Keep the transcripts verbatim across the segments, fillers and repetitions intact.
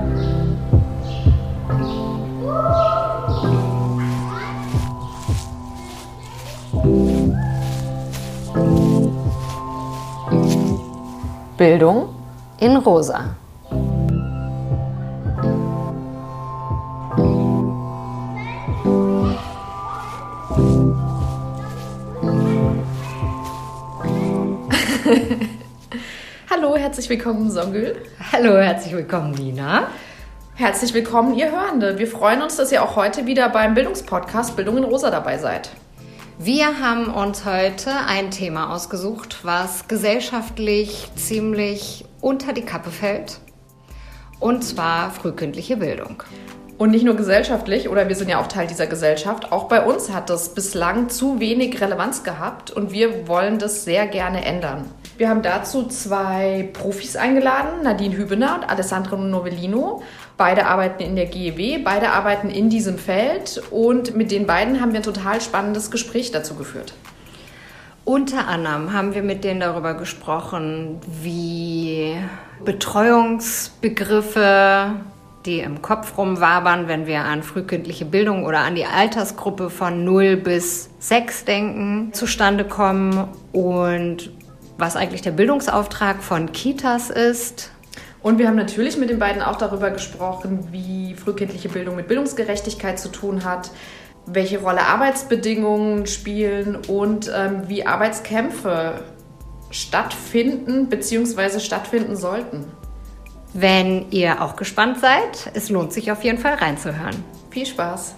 Bildung in Rosa. Hallo, herzlich willkommen Songül. Hallo, herzlich willkommen Nina. Herzlich willkommen ihr Hörende. Wir freuen uns, dass ihr auch heute wieder beim Bildungspodcast Bildung in Rosa dabei seid. Wir haben uns heute ein Thema ausgesucht, was gesellschaftlich ziemlich unter die Kappe fällt. Und zwar frühkindliche Bildung. Und nicht nur gesellschaftlich, oder wir sind ja auch Teil dieser Gesellschaft, auch bei uns hat das bislang zu wenig Relevanz gehabt und wir wollen das sehr gerne ändern. Wir haben dazu zwei Profis eingeladen, Nadine Hübener und Alessandro Novellino. Beide arbeiten in der G E W, beide arbeiten in diesem Feld und mit den beiden haben wir ein total spannendes Gespräch dazu geführt. Unter anderem haben wir mit denen darüber gesprochen, wie Betreuungsbegriffe, die im Kopf rumwabern, wenn wir an frühkindliche Bildung oder an die Altersgruppe von null bis sechs denken, zustande kommen und was eigentlich der Bildungsauftrag von Kitas ist. Und wir haben natürlich mit den beiden auch darüber gesprochen, wie frühkindliche Bildung mit Bildungsgerechtigkeit zu tun hat, welche Rolle Arbeitsbedingungen spielen und ähm, wie Arbeitskämpfe stattfinden bzw. stattfinden sollten. Wenn ihr auch gespannt seid, es lohnt sich auf jeden Fall reinzuhören. Viel Spaß!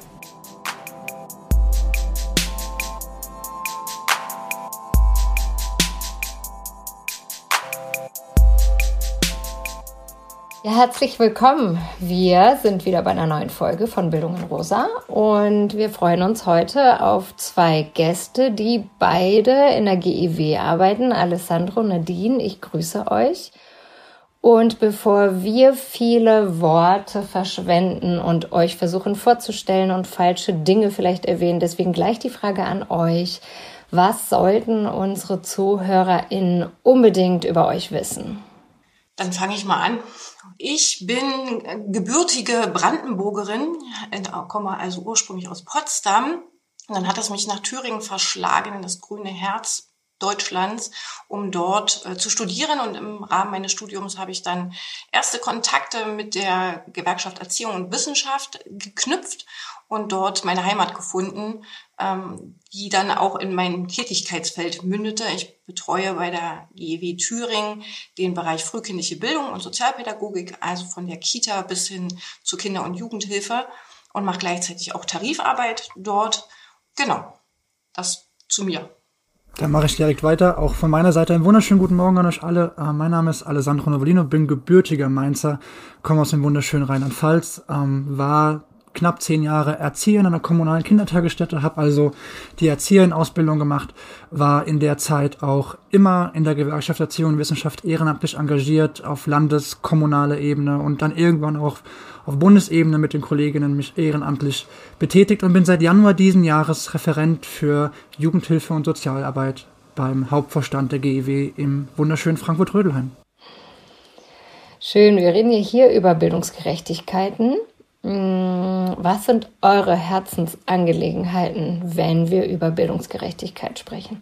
Ja, herzlich willkommen. Wir sind wieder bei einer neuen Folge von Bildung in Rosa und wir freuen uns heute auf zwei Gäste, die beide in der G E W arbeiten. Alessandro und Nadine, ich grüße euch. Und bevor wir viele Worte verschwenden und euch versuchen vorzustellen und falsche Dinge vielleicht erwähnen, deswegen gleich die Frage an euch: Was sollten unsere ZuhörerInnen unbedingt über euch wissen? Dann fange ich mal an. Ich bin gebürtige Brandenburgerin, komme also ursprünglich aus Potsdam. Und dann hat es mich nach Thüringen verschlagen, in das grüne Herz Deutschlands, um dort äh, zu studieren. Und im Rahmen meines Studiums habe ich dann erste Kontakte mit der Gewerkschaft Erziehung und Wissenschaft geknüpft und dort meine Heimat gefunden, ähm, die dann auch in mein Tätigkeitsfeld mündete. Ich betreue bei der G E W Thüringen den Bereich frühkindliche Bildung und Sozialpädagogik, also von der Kita bis hin zur Kinder- und Jugendhilfe, und mache gleichzeitig auch Tarifarbeit dort. Genau, das zu mir. Dann mache ich direkt weiter. Auch von meiner Seite einen wunderschönen guten Morgen an euch alle. Äh, mein Name ist Alessandro Novellino, bin gebürtiger Mainzer, komme aus dem wunderschönen Rheinland-Pfalz, ähm, war knapp zehn Jahre Erzieher in einer kommunalen Kindertagesstätte, habe also die Erzieherin-Ausbildung gemacht, war in der Zeit auch immer in der Gewerkschaft Erziehung und Wissenschaft ehrenamtlich engagiert, auf landes-, kommunaler Ebene und dann irgendwann auch auf Bundesebene mit den Kolleginnen mich ehrenamtlich betätigt und bin seit Januar diesen Jahres Referent für Jugendhilfe und Sozialarbeit beim Hauptvorstand der G E W im wunderschönen Frankfurt-Rödelheim. Schön, wir reden ja hier über Bildungsgerechtigkeiten. Was sind eure Herzensangelegenheiten, wenn wir über Bildungsgerechtigkeit sprechen?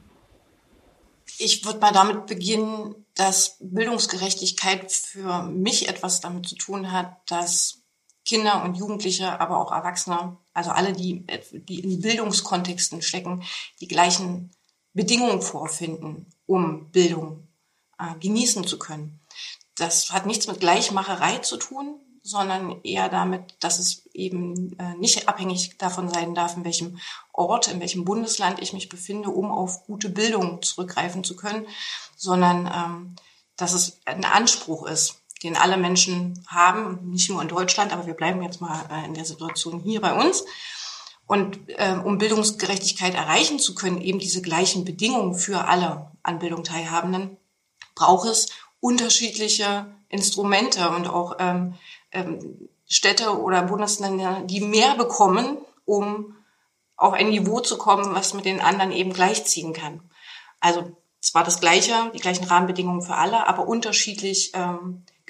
Ich würde mal damit beginnen, dass Bildungsgerechtigkeit für mich etwas damit zu tun hat, dass Kinder und Jugendliche, aber auch Erwachsene, also alle, die, die in Bildungskontexten stecken, die gleichen Bedingungen vorfinden, um Bildung äh, genießen zu können. Das hat nichts mit Gleichmacherei zu tun, sondern eher damit, dass es eben äh, nicht abhängig davon sein darf, in welchem Ort, in welchem Bundesland ich mich befinde, um auf gute Bildung zurückgreifen zu können, sondern ähm, dass es ein Anspruch ist, den alle Menschen haben, nicht nur in Deutschland, aber wir bleiben jetzt mal äh, in der Situation hier bei uns. Und äh, um Bildungsgerechtigkeit erreichen zu können, eben diese gleichen Bedingungen für alle an Bildung Teilhabenden, braucht es unterschiedliche Instrumente und auch ähm, ähm, Städte oder Bundesländer, die mehr bekommen, um auf ein Niveau zu kommen, was mit den anderen eben gleichziehen kann. Also zwar das Gleiche, die gleichen Rahmenbedingungen für alle, aber unterschiedlich ähm,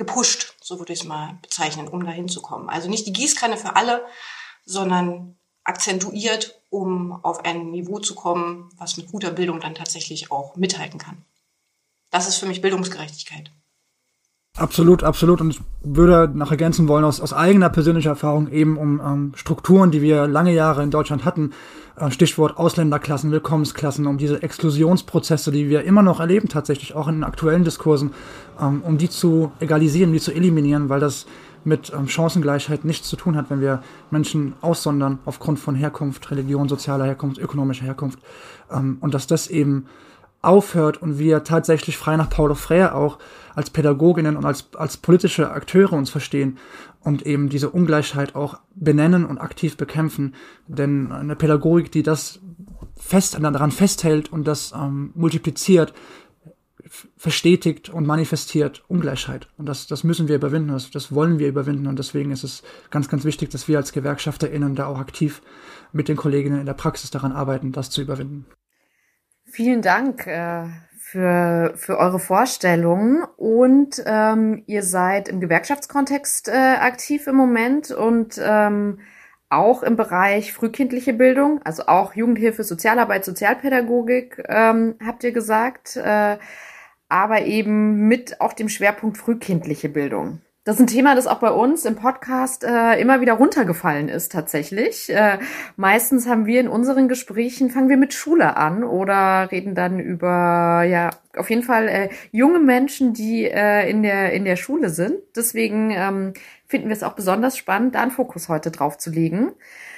gepusht, so würde ich es mal bezeichnen, um dahin zu kommen. Also nicht die Gießkanne für alle, sondern akzentuiert, um auf ein Niveau zu kommen, was mit guter Bildung dann tatsächlich auch mithalten kann. Das ist für mich Bildungsgerechtigkeit. Absolut, absolut. Und ich würde noch ergänzen wollen, aus, aus eigener persönlicher Erfahrung eben um ähm, Strukturen, die wir lange Jahre in Deutschland hatten, äh, Stichwort Ausländerklassen, Willkommensklassen, um diese Exklusionsprozesse, die wir immer noch erleben, tatsächlich auch in den aktuellen Diskursen, ähm, um die zu egalisieren, die zu eliminieren, weil das mit ähm, Chancengleichheit nichts zu tun hat, wenn wir Menschen aussondern aufgrund von Herkunft, Religion, sozialer Herkunft, ökonomischer Herkunft. Ähm, und dass das eben aufhört und wir tatsächlich frei nach Paulo Freire auch als Pädagoginnen und als als politische Akteure uns verstehen und eben diese Ungleichheit auch benennen und aktiv bekämpfen. Denn eine Pädagogik, die das fest daran festhält und das ähm, multipliziert, verstetigt und manifestiert Ungleichheit. Und das das müssen wir überwinden, das, das wollen wir überwinden. Und deswegen ist es ganz, ganz wichtig, dass wir als GewerkschafterInnen da auch aktiv mit den Kolleginnen in der Praxis daran arbeiten, das zu überwinden. Vielen Dank äh, für für eure Vorstellungen und ähm, ihr seid im Gewerkschaftskontext äh, aktiv im Moment und ähm, auch im Bereich frühkindliche Bildung, also auch Jugendhilfe, Sozialarbeit, Sozialpädagogik, ähm, habt ihr gesagt, äh, aber eben mit auch dem Schwerpunkt frühkindliche Bildung. Das ist ein Thema, das auch bei uns im Podcast äh, immer wieder runtergefallen ist tatsächlich. Äh, meistens haben wir in unseren Gesprächen, fangen wir mit Schule an oder reden dann über, ja, auf jeden Fall äh, junge Menschen, die äh, in der in der Schule sind. Deswegen ähm, finden wir es auch besonders spannend, da einen Fokus heute drauf zu legen.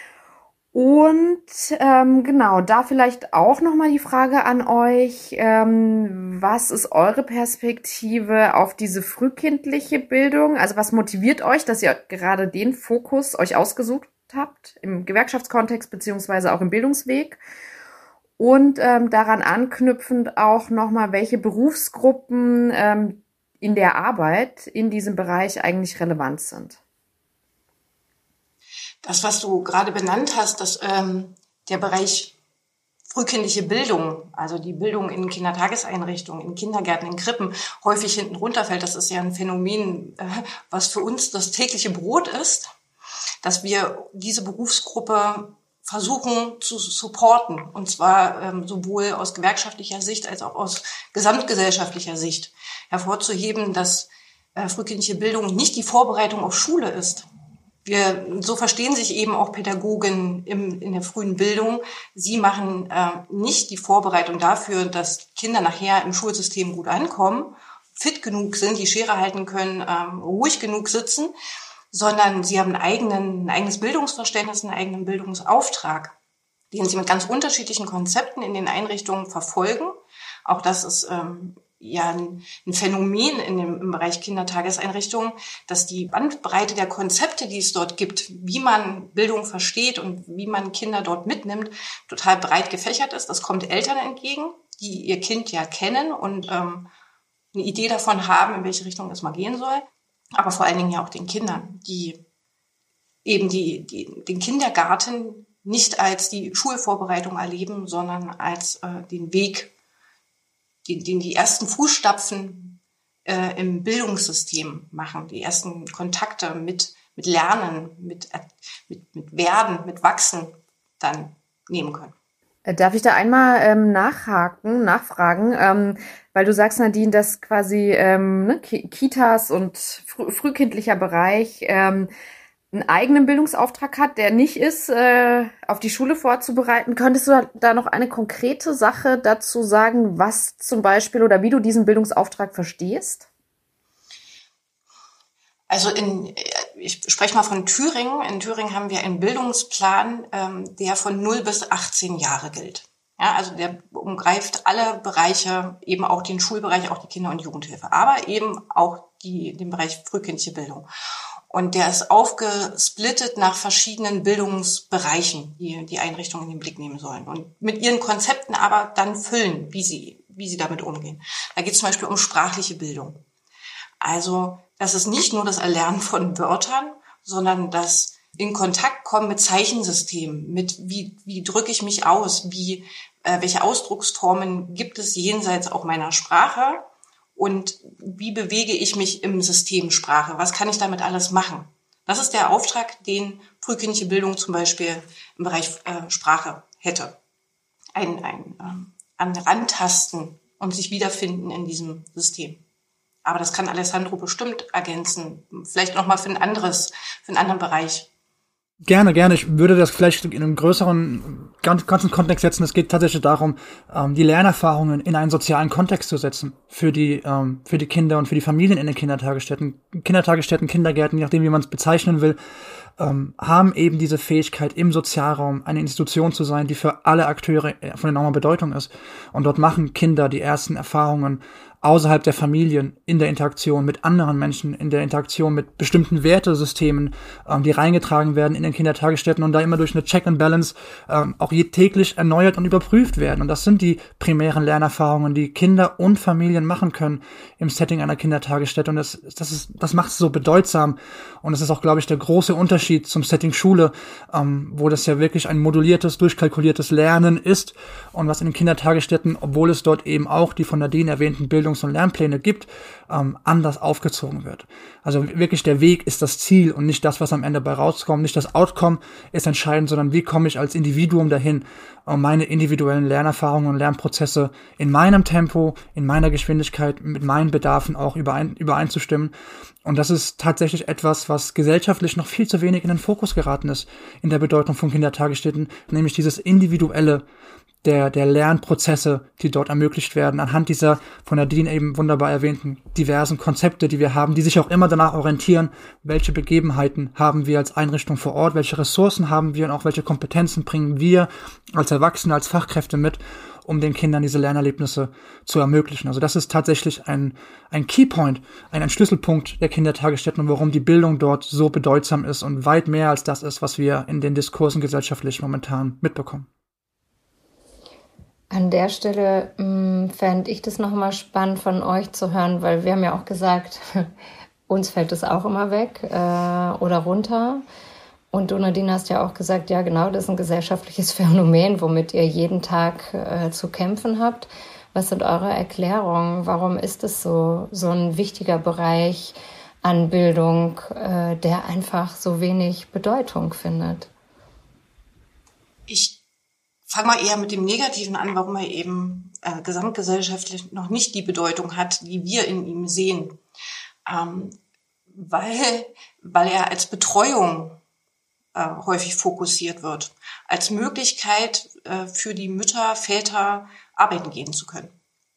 Und ähm, genau, da vielleicht auch nochmal die Frage an euch, ähm, was ist eure Perspektive auf diese frühkindliche Bildung? Also was motiviert euch, dass ihr gerade den Fokus euch ausgesucht habt, im Gewerkschaftskontext beziehungsweise auch im Bildungsweg? Und ähm, daran anknüpfend auch nochmal, welche Berufsgruppen ähm, in der Arbeit in diesem Bereich eigentlich relevant sind? Das, was du gerade benannt hast, dass ähm, der Bereich frühkindliche Bildung, also die Bildung in Kindertageseinrichtungen, in Kindergärten, in Krippen, häufig hinten runterfällt, das ist ja ein Phänomen, äh, was für uns das tägliche Brot ist, dass wir diese Berufsgruppe versuchen zu supporten, und zwar ähm, sowohl aus gewerkschaftlicher Sicht als auch aus gesamtgesellschaftlicher Sicht. Hervorzuheben, dass äh, frühkindliche Bildung nicht die Vorbereitung auf Schule ist. Wir, so verstehen sich eben auch Pädagogen im, in der frühen Bildung. Sie machen äh, nicht die Vorbereitung dafür, dass Kinder nachher im Schulsystem gut ankommen, fit genug sind, die Schere halten können, ähm, ruhig genug sitzen, sondern sie haben einen eigenen, ein eigenes Bildungsverständnis, einen eigenen Bildungsauftrag, den sie mit ganz unterschiedlichen Konzepten in den Einrichtungen verfolgen. Auch das ist ähm, ja ein, ein Phänomen in dem, im Bereich Kindertageseinrichtungen, dass die Bandbreite der Konzepte, die es dort gibt, wie man Bildung versteht und wie man Kinder dort mitnimmt, total breit gefächert ist. Das kommt Eltern entgegen, die ihr Kind ja kennen und ähm, eine Idee davon haben, in welche Richtung es mal gehen soll. Aber vor allen Dingen ja auch den Kindern, die eben die, die, den Kindergarten nicht als die Schulvorbereitung erleben, sondern als äh, den Weg, den, den die ersten Fußstapfen äh, im Bildungssystem machen, die ersten Kontakte mit, mit Lernen, mit, mit, mit Werden, mit Wachsen dann nehmen können. Darf ich da einmal ähm, nachhaken, nachfragen, ähm, weil du sagst, Nadine, dass quasi ähm, ne, Kitas und frü- frühkindlicher Bereich ähm, einen eigenen Bildungsauftrag hat, der nicht ist, äh, auf die Schule vorzubereiten. Könntest du da noch eine konkrete Sache dazu sagen, was zum Beispiel oder wie du diesen Bildungsauftrag verstehst? Also in, ich spreche mal von Thüringen. In Thüringen haben wir einen Bildungsplan, ähm, der von null bis achtzehn Jahre gilt. Ja, also der umgreift alle Bereiche, eben auch den Schulbereich, auch die Kinder- und Jugendhilfe, aber eben auch die, den Bereich frühkindliche Bildung. Und der ist aufgesplittet nach verschiedenen Bildungsbereichen, die die Einrichtungen in den Blick nehmen sollen. Und mit ihren Konzepten aber dann füllen, wie sie, wie sie damit umgehen. Da geht es zum Beispiel um sprachliche Bildung. Also das ist nicht nur das Erlernen von Wörtern, sondern das in Kontakt kommen mit Zeichensystemen, mit wie, wie drücke ich mich aus, wie, äh, welche Ausdrucksformen gibt es jenseits auch meiner Sprache und wie bewege ich mich im System Sprache? Was kann ich damit alles machen? Das ist der Auftrag, den frühkindliche Bildung zum Beispiel im Bereich äh, Sprache hätte. Ein, ein ähm, an Rantasten und sich wiederfinden in diesem System. Aber das kann Alessandro bestimmt ergänzen. Vielleicht nochmal für ein anderes, für einen anderen Bereich. Gerne, gerne. Ich würde das vielleicht in einem größeren, ganzen Kontext setzen. Es geht tatsächlich darum, die Lernerfahrungen in einen sozialen Kontext zu setzen. Für die, für die Kinder und für die Familien in den Kindertagesstätten. Kindertagesstätten, Kindergärten, je nachdem, wie man es bezeichnen will, haben eben diese Fähigkeit, im Sozialraum eine Institution zu sein, die für alle Akteure von enormer Bedeutung ist. Und dort machen Kinder die ersten Erfahrungen außerhalb der Familien, in der Interaktion mit anderen Menschen, in der Interaktion mit bestimmten Wertesystemen, ähm, die reingetragen werden in den Kindertagesstätten und da immer durch eine Check and Balance ähm, auch je täglich erneuert und überprüft werden. Und das sind die primären Lernerfahrungen, die Kinder und Familien machen können im Setting einer Kindertagesstätte. Und das, das ist, das macht es so bedeutsam. Und das ist auch, glaube ich, der große Unterschied zum Setting Schule, ähm, wo das ja wirklich ein moduliertes, durchkalkuliertes Lernen ist und was in den Kindertagesstätten, obwohl es dort eben auch die von Nadine erwähnten Bildungs- und Lernpläne gibt, ähm, anders aufgezogen wird. Also wirklich der Weg ist das Ziel und nicht das, was am Ende bei rauskommt. Nicht das Outcome ist entscheidend, sondern wie komme ich als Individuum dahin, um meine individuellen Lernerfahrungen und Lernprozesse in meinem Tempo, in meiner Geschwindigkeit, mit meinen Bedarfen auch überein, übereinzustimmen. Und das ist tatsächlich etwas, was gesellschaftlich noch viel zu wenig in den Fokus geraten ist in der Bedeutung von Kindertagesstätten, nämlich dieses individuelle der der Lernprozesse, die dort ermöglicht werden, anhand dieser von Nadine eben wunderbar erwähnten diversen Konzepte, die wir haben, die sich auch immer danach orientieren, welche Begebenheiten haben wir als Einrichtung vor Ort, welche Ressourcen haben wir und auch welche Kompetenzen bringen wir als Erwachsene, als Fachkräfte mit, um den Kindern diese Lernerlebnisse zu ermöglichen. Also das ist tatsächlich ein ein Keypoint, ein, ein Schlüsselpunkt der Kindertagesstätten und warum die Bildung dort so bedeutsam ist und weit mehr als das ist, was wir in den Diskursen gesellschaftlich momentan mitbekommen. An der Stelle fände ich das nochmal spannend von euch zu hören, weil wir haben ja auch gesagt, uns fällt es auch immer weg äh, oder runter. Und du, Nadine, hast ja auch gesagt, ja genau, das ist ein gesellschaftliches Phänomen, womit ihr jeden Tag äh, zu kämpfen habt. Was sind eure Erklärungen? Warum ist es so, so ein wichtiger Bereich an Bildung, äh, der einfach so wenig Bedeutung findet? Ich fangen wir eher mit dem Negativen an, warum er eben äh, gesamtgesellschaftlich noch nicht die Bedeutung hat, die wir in ihm sehen. Ähm, weil, weil er als Betreuung äh, häufig fokussiert wird. Als Möglichkeit äh, für die Mütter, Väter arbeiten gehen zu können.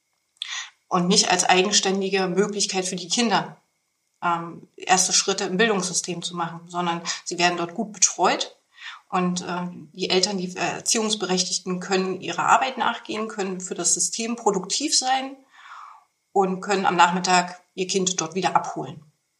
Und nicht als eigenständige Möglichkeit für die Kinder, ähm, erste Schritte im Bildungssystem zu machen, sondern sie werden dort gut betreut. Und äh, die Eltern, die äh, Erziehungsberechtigten können ihrer Arbeit nachgehen, können für das System produktiv sein und können am Nachmittag ihr Kind dort wieder abholen.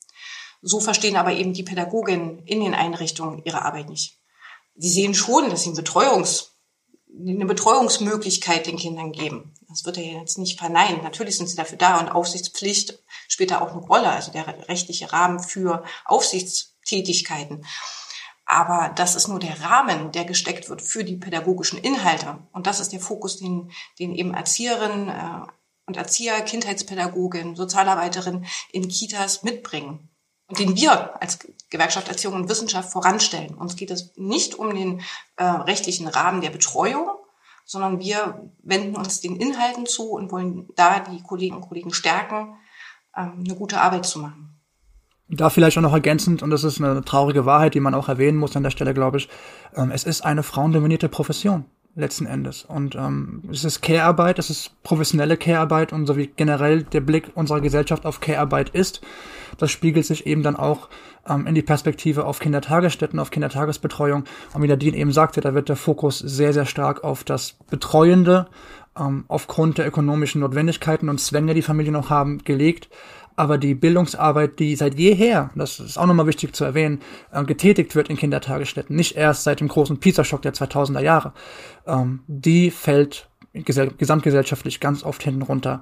So verstehen aber eben die Pädagoginnen in den Einrichtungen ihre Arbeit nicht. Sie sehen schon, dass sie eine, Betreuungs-, eine Betreuungsmöglichkeit den Kindern geben. Das wird er jetzt nicht verneinen. Natürlich sind sie dafür da und Aufsichtspflicht spielt da auch eine Rolle, also der rechtliche Rahmen für Aufsichtstätigkeiten. Aber das ist nur der Rahmen, der gesteckt wird für die pädagogischen Inhalte. Und das ist der Fokus, den, den eben Erzieherinnen äh, und Erzieher, Kindheitspädagogen, Sozialarbeiterinnen in Kitas mitbringen. Und den wir als Gewerkschaft Erziehung und Wissenschaft voranstellen. Uns geht es nicht um den äh, rechtlichen Rahmen der Betreuung, sondern wir wenden uns den Inhalten zu und wollen da die Kolleginnen und Kollegen stärken, äh, eine gute Arbeit zu machen. Da vielleicht auch noch ergänzend, und das ist eine traurige Wahrheit, die man auch erwähnen muss an der Stelle, glaube ich, ähm, es ist eine frauendominierte Profession letzten Endes. Und ähm, es ist Care-Arbeit, es ist professionelle Care-Arbeit und so wie generell der Blick unserer Gesellschaft auf Care-Arbeit ist, das spiegelt sich eben dann auch ähm, in die Perspektive auf Kindertagesstätten, auf Kindertagesbetreuung. Und wie Nadine eben sagte, da wird der Fokus sehr, sehr stark auf das Betreuende, ähm, aufgrund der ökonomischen Notwendigkeiten und Zwänge, die Familien noch haben, gelegt. Aber die Bildungsarbeit, die seit jeher, das ist auch nochmal wichtig zu erwähnen, äh, getätigt wird in Kindertagesstätten, nicht erst seit dem großen PISA-Schock der zweitausender Jahre, ähm, die fällt gesell- gesamtgesellschaftlich ganz oft hinten runter.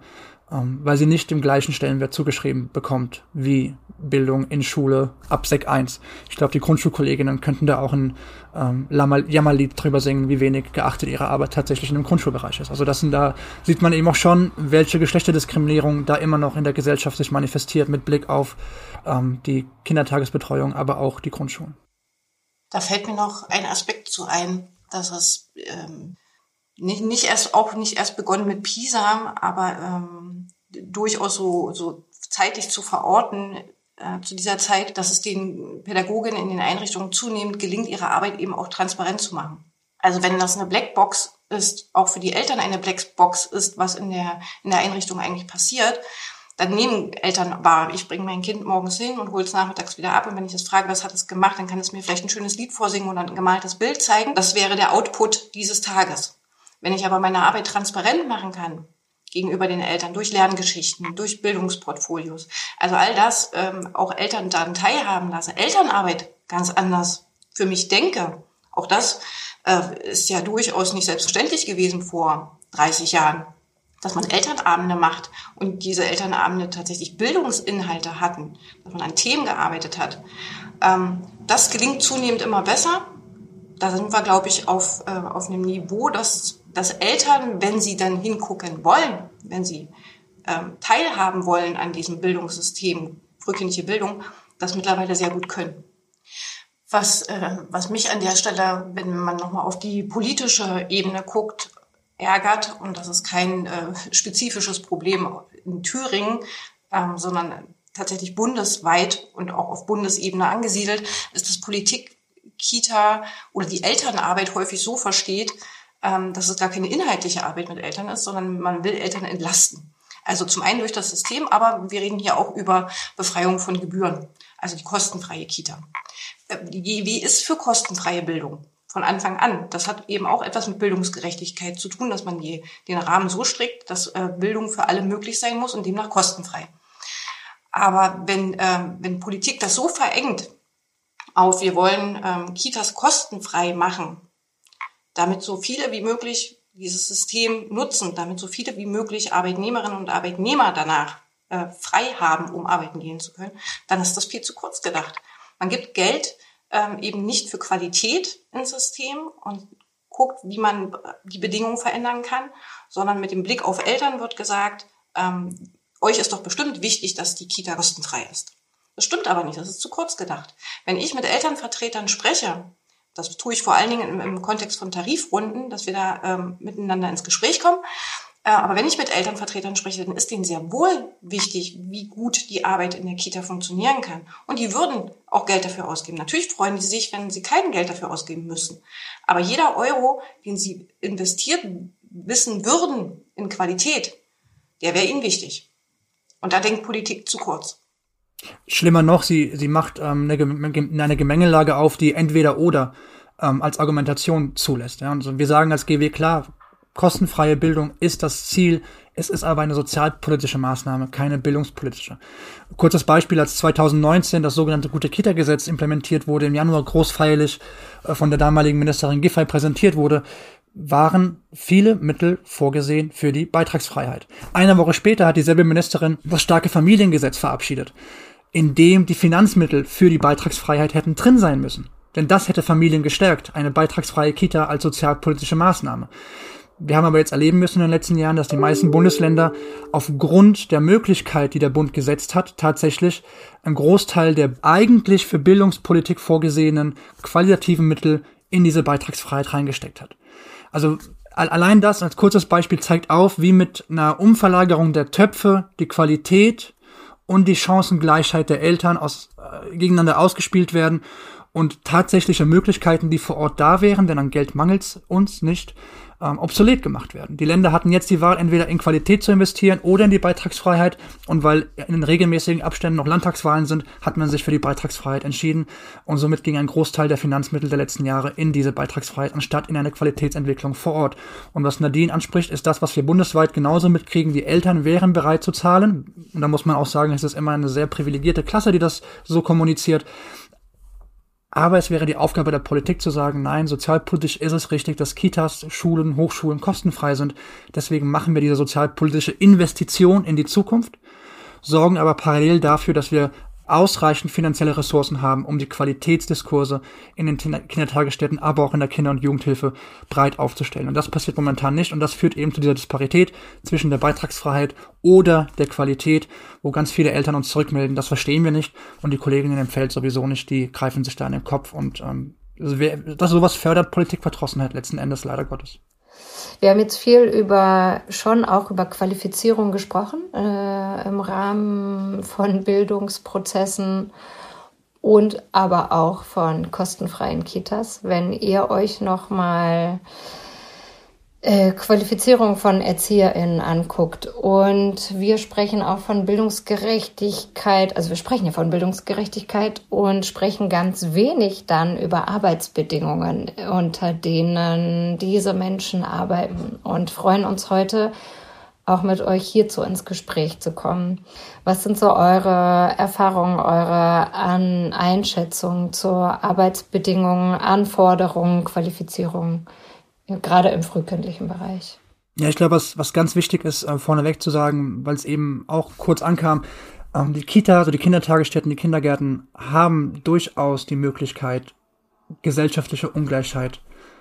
ähm, weil sie nicht dem gleichen Stellenwert zugeschrieben bekommt wie Bildung in Schule ab Sek eins. Ich glaube, die Grundschulkolleginnen könnten da auch ein ähm, Jammerlied drüber singen, wie wenig geachtet ihre Arbeit tatsächlich in dem Grundschulbereich ist. Also das sind da, sieht man eben auch schon, welche Geschlechterdiskriminierung da immer noch in der Gesellschaft sich manifestiert mit Blick auf ähm, die Kindertagesbetreuung, aber auch die Grundschulen. Da fällt mir noch ein Aspekt zu ein, dass es ähm, nicht, nicht erst, auch nicht erst begonnen mit PISA, aber ähm, durchaus so, so zeitlich zu verorten, äh, zu dieser Zeit, dass es den Pädagoginnen in den Einrichtungen zunehmend gelingt, ihre Arbeit eben auch transparent zu machen. Also wenn das eine Blackbox ist, auch für die Eltern eine Blackbox ist, was in der, in der Einrichtung eigentlich passiert, dann nehmen Eltern wahr, ich bringe mein Kind morgens hin und hole es nachmittags wieder ab. Und wenn ich es frage, was hat es gemacht, dann kann es mir vielleicht ein schönes Lied vorsingen oder ein gemaltes Bild zeigen. Das wäre der Output dieses Tages. Wenn ich aber meine Arbeit transparent machen kann, gegenüber den Eltern, durch Lerngeschichten, durch Bildungsportfolios, also all das ähm, auch Eltern daran teilhaben lassen, Elternarbeit ganz anders für mich denke, auch das äh, ist ja durchaus nicht selbstverständlich gewesen vor dreißig Jahren. Dass man Elternabende macht und diese Elternabende tatsächlich Bildungsinhalte hatten, dass man an Themen gearbeitet hat. Ähm, das gelingt zunehmend immer besser. Da sind wir, glaube ich, auf, äh, auf einem Niveau, dass, dass Eltern, wenn sie dann hingucken wollen, wenn sie ähm, teilhaben wollen an diesem Bildungssystem, frühkindliche Bildung, das mittlerweile sehr gut können. Was, äh, was mich an der Stelle, wenn man nochmal auf die politische Ebene guckt, ärgert, und das ist kein äh, spezifisches Problem in Thüringen, ähm, sondern tatsächlich bundesweit und auch auf Bundesebene angesiedelt, ist, dass Politik, Kita oder die Elternarbeit häufig so versteht, ähm, dass es gar keine inhaltliche Arbeit mit Eltern ist, sondern man will Eltern entlasten. Also zum einen durch das System, aber wir reden hier auch über Befreiung von Gebühren, also die kostenfreie Kita. Äh, die G E W ist für kostenfreie Bildung. Von Anfang an. Das hat eben auch etwas mit Bildungsgerechtigkeit zu tun, dass man die, den Rahmen so strickt, dass äh, Bildung für alle möglich sein muss und demnach kostenfrei. Aber wenn, äh, wenn Politik das so verengt auf, wir wollen ähm, Kitas kostenfrei machen, damit so viele wie möglich dieses System nutzen, damit so viele wie möglich Arbeitnehmerinnen und Arbeitnehmer danach äh, frei haben, um arbeiten gehen zu können, dann ist das viel zu kurz gedacht. Man gibt Geld Ähm, eben nicht für Qualität ins System und guckt, wie man die Bedingungen verändern kann, sondern mit dem Blick auf Eltern wird gesagt, ähm, euch ist doch bestimmt wichtig, dass die Kita kostenfrei ist. Das stimmt aber nicht, das ist zu kurz gedacht. Wenn ich mit Elternvertretern spreche, das tue ich vor allen Dingen im, im Kontext von Tarifrunden, dass wir da ähm, miteinander ins Gespräch kommen, äh, aber wenn ich mit Elternvertretern spreche, dann ist denen sehr wohl wichtig, wie gut die Arbeit in der Kita funktionieren kann. Und die würden auch Geld dafür ausgeben. Natürlich freuen die sich, wenn sie kein Geld dafür ausgeben müssen. Aber jeder Euro, den sie investiert wissen würden in Qualität, der wäre ihnen wichtig. Und da denkt Politik zu kurz. Schlimmer noch, sie, sie macht ähm, eine, eine Gemengelage auf, die entweder oder ähm, als Argumentation zulässt. Ja? Also wir sagen als G W klar, kostenfreie Bildung ist das Ziel. Es ist aber eine sozialpolitische Maßnahme, keine bildungspolitische. Kurzes Beispiel, als zwanzig neunzehn das sogenannte Gute-Kita-Gesetz implementiert wurde, im Januar großfeierlich äh, von der damaligen Ministerin Giffey präsentiert wurde, waren viele Mittel vorgesehen für die Beitragsfreiheit. Eine Woche später hat dieselbe Ministerin das starke Familiengesetz verabschiedet, in dem die Finanzmittel für die Beitragsfreiheit hätten drin sein müssen. Denn das hätte Familien gestärkt, eine beitragsfreie Kita als sozialpolitische Maßnahme. Wir haben aber jetzt erleben müssen in den letzten Jahren, dass die meisten Bundesländer aufgrund der Möglichkeit, die der Bund gesetzt hat, tatsächlich einen Großteil der eigentlich für Bildungspolitik vorgesehenen qualitativen Mittel in diese Beitragsfreiheit reingesteckt hat. Also allein das als kurzes Beispiel zeigt auf, wie mit einer Umverlagerung der Töpfe die Qualität und die Chancengleichheit der Eltern aus, äh, gegeneinander ausgespielt werden und tatsächliche Möglichkeiten, die vor Ort da wären, denn an Geld mangelt's uns nicht, ähm, obsolet gemacht werden. Die Länder hatten jetzt die Wahl, entweder in Qualität zu investieren oder in die Beitragsfreiheit. Und weil in den regelmäßigen Abständen noch Landtagswahlen sind, hat man sich für die Beitragsfreiheit entschieden. Und somit ging ein Großteil der Finanzmittel der letzten Jahre in diese Beitragsfreiheit, anstatt in eine Qualitätsentwicklung vor Ort. Und was Nadine anspricht, ist das, was wir bundesweit genauso mitkriegen. Die Eltern wären bereit zu zahlen. Und da muss man auch sagen, es ist immer eine sehr privilegierte Klasse, die das so kommuniziert. Aber es wäre die Aufgabe der Politik zu sagen, nein, sozialpolitisch ist es richtig, dass Kitas, Schulen, Hochschulen kostenfrei sind. Deswegen machen wir diese sozialpolitische Investition in die Zukunft, sorgen aber parallel dafür, dass wir ausreichend finanzielle Ressourcen haben, um die Qualitätsdiskurse in den Kindertagesstätten, aber auch in der Kinder- und Jugendhilfe breit aufzustellen. Und das passiert momentan nicht und das führt eben zu dieser Disparität zwischen der Beitragsfreiheit oder der Qualität, wo ganz viele Eltern uns zurückmelden, das verstehen wir nicht und die Kolleginnen im Feld sowieso nicht, die greifen sich da in den Kopf und ähm, das sowas fördert Politikverdrossenheit letzten Endes, leider Gottes. Wir haben jetzt viel über, schon auch über Qualifizierung gesprochen, äh, im Rahmen von Bildungsprozessen und aber auch von kostenfreien Kitas. Wenn ihr euch nochmal äh, Qualifizierung von ErzieherInnen anguckt und wir sprechen auch von Bildungsgerechtigkeit, also wir sprechen ja von Bildungsgerechtigkeit und sprechen ganz wenig dann über Arbeitsbedingungen, unter denen diese Menschen arbeiten und freuen uns heute auch mit euch hierzu ins Gespräch zu kommen. Was sind so eure Erfahrungen, eure An- Einschätzungen zu Arbeitsbedingungen, Anforderungen, Qualifizierungen? Ja, gerade im frühkindlichen Bereich. Ja, ich glaube, was, was ganz wichtig ist, äh, vorneweg zu sagen, weil es eben auch kurz ankam, ähm, die Kita, also die Kindertagesstätten, die Kindergärten haben durchaus die Möglichkeit, gesellschaftliche Ungleichheit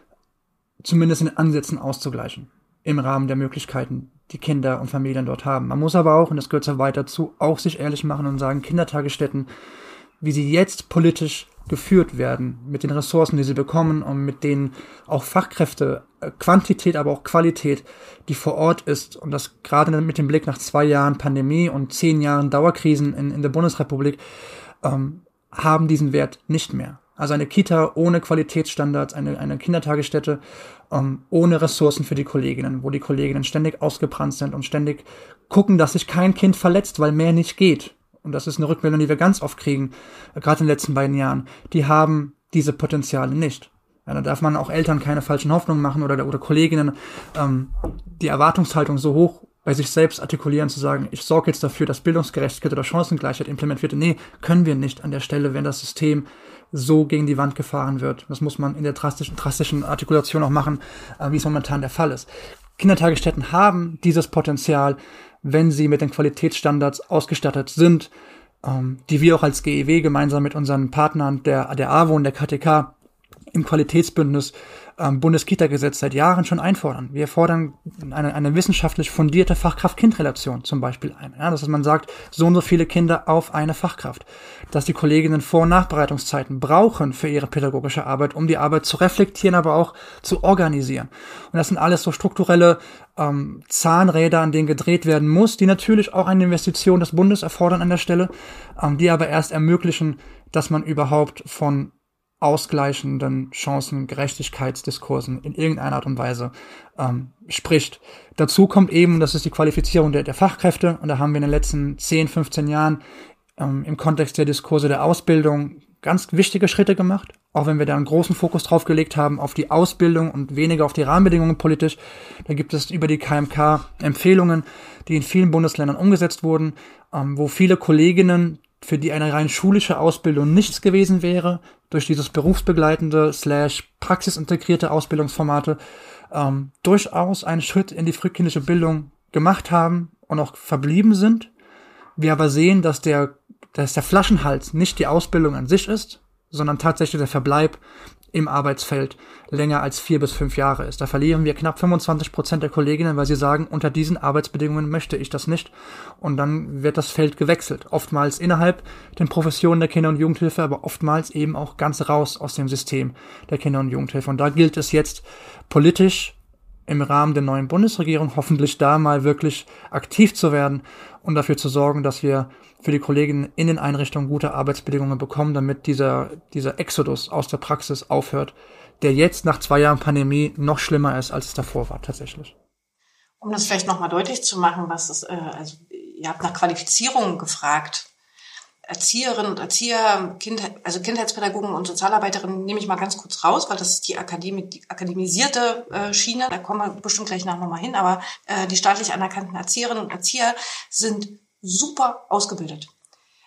zumindest in Ansätzen auszugleichen, im Rahmen der Möglichkeiten, die Kinder und Familien dort haben. Man muss aber auch, und das gehört so weiter zu, auch sich ehrlich machen und sagen, Kindertagesstätten, wie sie jetzt politisch geführt werden, mit den Ressourcen, die sie bekommen und mit den auch Fachkräfte, Quantität, aber auch Qualität, die vor Ort ist und das gerade mit dem Blick nach zwei Jahren Pandemie und zehn Jahren Dauerkrisen in, in der Bundesrepublik, ähm, haben diesen Wert nicht mehr. Also eine Kita ohne Qualitätsstandards, eine, eine Kindertagesstätte ähm, ohne Ressourcen für die Kolleginnen, wo die Kolleginnen ständig ausgebrannt sind und ständig gucken, dass sich kein Kind verletzt, weil mehr nicht geht. Und das ist eine Rückmeldung, die wir ganz oft kriegen, gerade in den letzten beiden Jahren, die haben diese Potenziale nicht. Ja, da darf man auch Eltern keine falschen Hoffnungen machen oder, oder Kolleginnen ähm, die Erwartungshaltung so hoch bei sich selbst artikulieren, zu sagen, ich sorge jetzt dafür, dass Bildungsgerechtigkeit oder Chancengleichheit implementiert wird. Nee, können wir nicht an der Stelle, wenn das System so gegen die Wand gefahren wird. Das muss man in der drastischen, drastischen Artikulation auch machen, äh, wie es momentan der Fall ist. Kindertagesstätten haben dieses Potenzial, wenn sie mit den Qualitätsstandards ausgestattet sind, ähm, die wir auch als G E W gemeinsam mit unseren Partnern der, der A W O und der K T K im Qualitätsbündnis ähm, Bundeskita-Gesetz seit Jahren schon einfordern. Wir fordern eine, eine wissenschaftlich fundierte Fachkraft-Kind-Relation zum Beispiel ein. Ja, dass man sagt, so und so viele Kinder auf eine Fachkraft. Dass die Kolleginnen Vor- und Nachbereitungszeiten brauchen für ihre pädagogische Arbeit, um die Arbeit zu reflektieren, aber auch zu organisieren. Und das sind alles so strukturelle ähm, Zahnräder, an denen gedreht werden muss, die natürlich auch eine Investition des Bundes erfordern an der Stelle, ähm, die aber erst ermöglichen, dass man überhaupt von ausgleichenden Chancen, Gerechtigkeitsdiskursen in irgendeiner Art und Weise ähm, spricht. Dazu kommt eben, das ist die Qualifizierung der, der Fachkräfte, und da haben wir in den letzten zehn, fünfzehn Jahren ähm, im Kontext der Diskurse der Ausbildung ganz wichtige Schritte gemacht, auch wenn wir da einen großen Fokus drauf gelegt haben auf die Ausbildung und weniger auf die Rahmenbedingungen politisch. Da gibt es über die K M K Empfehlungen, die in vielen Bundesländern umgesetzt wurden, ähm, wo viele Kolleginnen, für die eine rein schulische Ausbildung nichts gewesen wäre, durch dieses berufsbegleitende slash praxisintegrierte Ausbildungsformate ähm, durchaus einen Schritt in die frühkindliche Bildung gemacht haben und auch verblieben sind. Wir aber sehen, dass der, dass der Flaschenhals nicht die Ausbildung an sich ist, sondern tatsächlich der Verbleib im Arbeitsfeld länger als vier bis fünf Jahre ist. Da verlieren wir knapp fünfundzwanzig Prozent der Kolleginnen, weil sie sagen, unter diesen Arbeitsbedingungen möchte ich das nicht. Und dann wird das Feld gewechselt. Oftmals innerhalb den Professionen der Kinder- und Jugendhilfe, aber oftmals eben auch ganz raus aus dem System der Kinder- und Jugendhilfe. Und da gilt es jetzt politisch im Rahmen der neuen Bundesregierung hoffentlich da mal wirklich aktiv zu werden und dafür zu sorgen, dass wir für die Kolleginnen in den Einrichtungen gute Arbeitsbedingungen bekommen, damit dieser, dieser Exodus aus der Praxis aufhört, der jetzt nach zwei Jahren Pandemie noch schlimmer ist, als es davor war, tatsächlich. Um das vielleicht nochmal deutlich zu machen, was das, äh, also ihr habt nach Qualifizierung gefragt. Erzieherinnen und Erzieher, kind, also Kindheitspädagogen und Sozialarbeiterinnen nehme ich mal ganz kurz raus, weil das ist die, Akademie, die akademisierte äh, Schiene, da kommen wir bestimmt gleich noch mal hin, aber äh, die staatlich anerkannten Erzieherinnen und Erzieher sind super ausgebildet.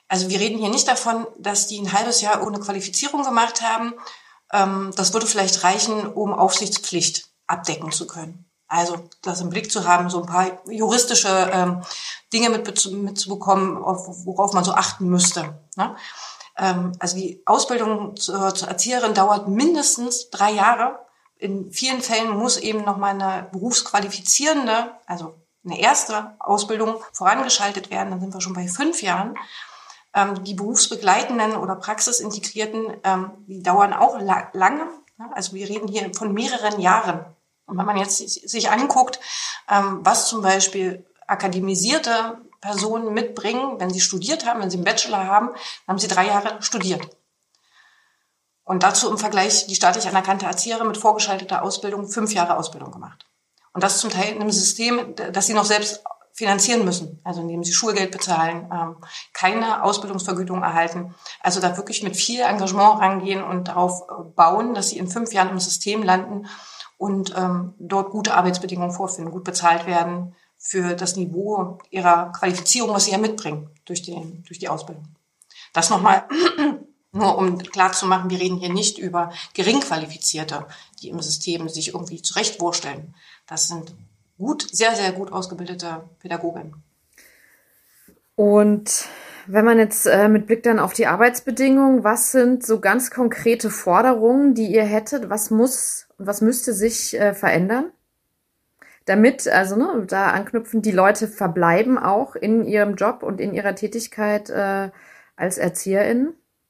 Also wir reden hier nicht davon, dass die ein halbes Jahr ohne Qualifizierung gemacht haben. Ähm, das würde vielleicht reichen, um Aufsichtspflicht abdecken zu können. Also das im Blick zu haben, so ein paar juristische ähm, Dinge mit, mitzubekommen, worauf man so achten müsste. Ne? Ähm, also die Ausbildung zur, zur Erzieherin dauert mindestens drei Jahre. In vielen Fällen muss eben nochmal eine berufsqualifizierende, also eine erste Ausbildung vorangeschaltet werden. Dann sind wir schon bei fünf Jahren. Ähm, die berufsbegleitenden oder praxisintegrierten, ähm, die dauern auch la- lange. Ne? Also wir reden hier von mehreren Jahren. Und wenn man jetzt sich anguckt, ähm, was zum Beispiel akademisierte Personen mitbringen, wenn sie studiert haben, wenn sie einen Bachelor haben, dann haben sie drei Jahre studiert. Und dazu im Vergleich die staatlich anerkannte Erzieherin mit vorgeschalteter Ausbildung fünf Jahre Ausbildung gemacht. Und das zum Teil in einem System, das sie noch selbst finanzieren müssen, also indem sie Schulgeld bezahlen, ähm, keine Ausbildungsvergütung erhalten. Also da wirklich mit viel Engagement rangehen und darauf bauen, dass sie in fünf Jahren im System landen und ähm, dort gute Arbeitsbedingungen vorfinden, gut bezahlt werden für das Niveau ihrer Qualifizierung, was sie ja mitbringen durch, den, durch die Ausbildung. Das nochmal, nur um klarzumachen, wir reden hier nicht über Geringqualifizierte, die im System sich irgendwie zurechtwursteln. Das sind gut, sehr, sehr gut ausgebildete Pädagoginnen. Und wenn man jetzt äh, mit Blick dann auf die Arbeitsbedingungen, was sind so ganz konkrete Forderungen, die ihr hättet? Was muss und was müsste sich äh, verändern? Damit, also ne, da anknüpfen, die Leute verbleiben auch in ihrem Job und in ihrer Tätigkeit äh, als ErzieherInnen?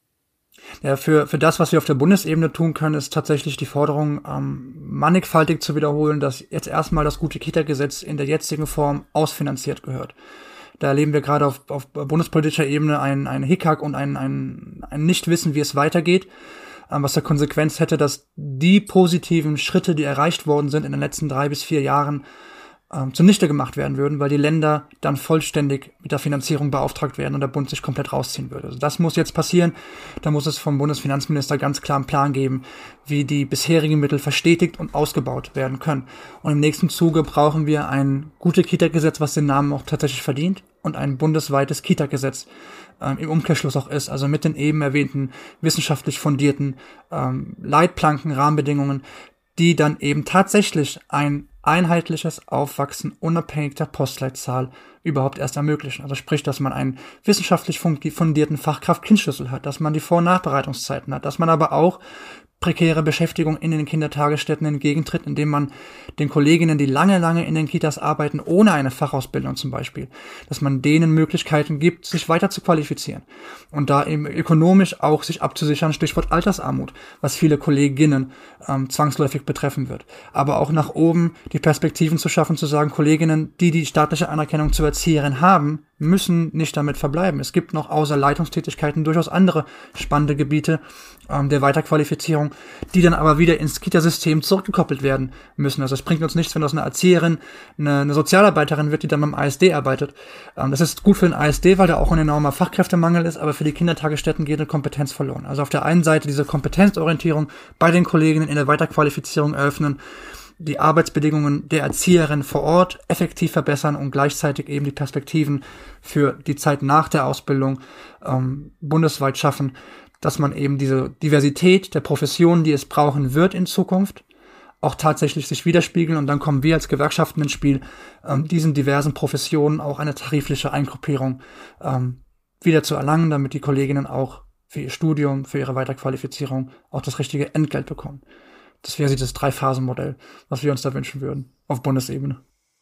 Ja, für, für das, was wir auf der Bundesebene tun können, ist tatsächlich die Forderung, ähm, mannigfaltig zu wiederholen, dass jetzt erstmal das gute Kita-Gesetz in der jetzigen Form ausfinanziert gehört. Da erleben wir gerade auf, auf bundespolitischer Ebene ein, ein Hickhack und ein, ein, ein Nichtwissen, wie es weitergeht, ähm, was der Konsequenz hätte, dass die positiven Schritte, die erreicht worden sind in den letzten drei bis vier Jahren, ähm, zunichte gemacht werden würden, weil die Länder dann vollständig mit der Finanzierung beauftragt werden und der Bund sich komplett rausziehen würde. Also das muss jetzt passieren. Da muss es vom Bundesfinanzminister ganz klar einen Plan geben, wie die bisherigen Mittel verstetigt und ausgebaut werden können. Und im nächsten Zuge brauchen wir ein gutes Kita-Gesetz, was den Namen auch tatsächlich verdient, und ein bundesweites Kita-Gesetz ähm, im Umkehrschluss auch ist, also mit den eben erwähnten wissenschaftlich fundierten ähm, Leitplanken, Rahmenbedingungen, die dann eben tatsächlich ein einheitliches Aufwachsen unabhängig der Postleitzahl überhaupt erst ermöglichen. Also sprich, dass man einen wissenschaftlich fundierten Fachkraft-Kind-Schlüssel hat, dass man die Vor- und Nachbereitungszeiten hat, dass man aber auch prekäre Beschäftigung in den Kindertagesstätten entgegentritt, indem man den Kolleginnen, die lange, lange in den Kitas arbeiten, ohne eine Fachausbildung zum Beispiel, dass man denen Möglichkeiten gibt, sich weiter zu qualifizieren und da eben ökonomisch auch sich abzusichern, Stichwort Altersarmut, was viele Kolleginnen ähm, zwangsläufig betreffen wird. Aber auch nach oben die Perspektiven zu schaffen, zu sagen, Kolleginnen, die die staatliche Anerkennung zur Erzieherin haben, müssen nicht damit verbleiben. Es gibt noch außer Leitungstätigkeiten durchaus andere spannende Gebiete ähm, der Weiterqualifizierung, die dann aber wieder ins Kitasystem zurückgekoppelt werden müssen. Also es bringt uns nichts, wenn das eine Erzieherin, eine, eine Sozialarbeiterin wird, die dann beim A S D arbeitet. Ähm, das ist gut für den A S D, weil da auch ein enormer Fachkräftemangel ist, aber für die Kindertagesstätten geht eine Kompetenz verloren. Also auf der einen Seite diese Kompetenzorientierung bei den Kolleginnen in der Weiterqualifizierung eröffnen, die Arbeitsbedingungen der Erzieherin vor Ort effektiv verbessern und gleichzeitig eben die Perspektiven für die Zeit nach der Ausbildung ähm, bundesweit schaffen, dass man eben diese Diversität der Professionen, die es brauchen wird in Zukunft, auch tatsächlich sich widerspiegeln. Und dann kommen wir als Gewerkschaften ins Spiel, ähm, diesen diversen Professionen auch eine tarifliche Eingruppierung ähm, wieder zu erlangen, damit die Kolleginnen auch für ihr Studium, für ihre Weiterqualifizierung auch das richtige Entgelt bekommen. Das wäre das Drei-Phasen-Modell, was wir uns da wünschen würden, auf Bundesebene.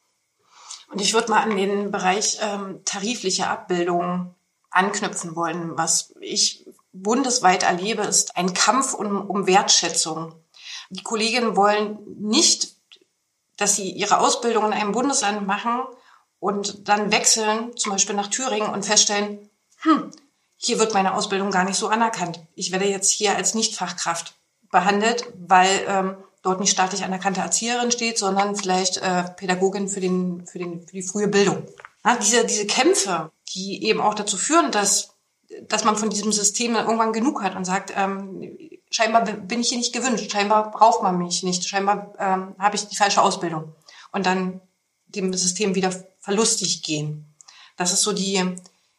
Und ich würde mal an den Bereich ähm, tarifliche Abbildung anknüpfen wollen. Was ich bundesweit erlebe, ist ein Kampf um, um Wertschätzung. Die Kolleginnen wollen nicht, dass sie ihre Ausbildung in einem Bundesland machen und dann wechseln, zum Beispiel nach Thüringen, und feststellen, hm, hier wird meine Ausbildung gar nicht so anerkannt. Ich werde jetzt hier als Nichtfachkraft behandelt, weil ähm, dort nicht staatlich anerkannte Erzieherin steht, sondern vielleicht äh, Pädagogin für den für den für die frühe Bildung. Ja, diese diese Kämpfe, die eben auch dazu führen, dass dass man von diesem System dann irgendwann genug hat und sagt, ähm, scheinbar bin ich hier nicht gewünscht, scheinbar braucht man mich nicht, scheinbar ähm, habe ich die falsche Ausbildung und dann dem System wieder verlustig gehen. Das ist so die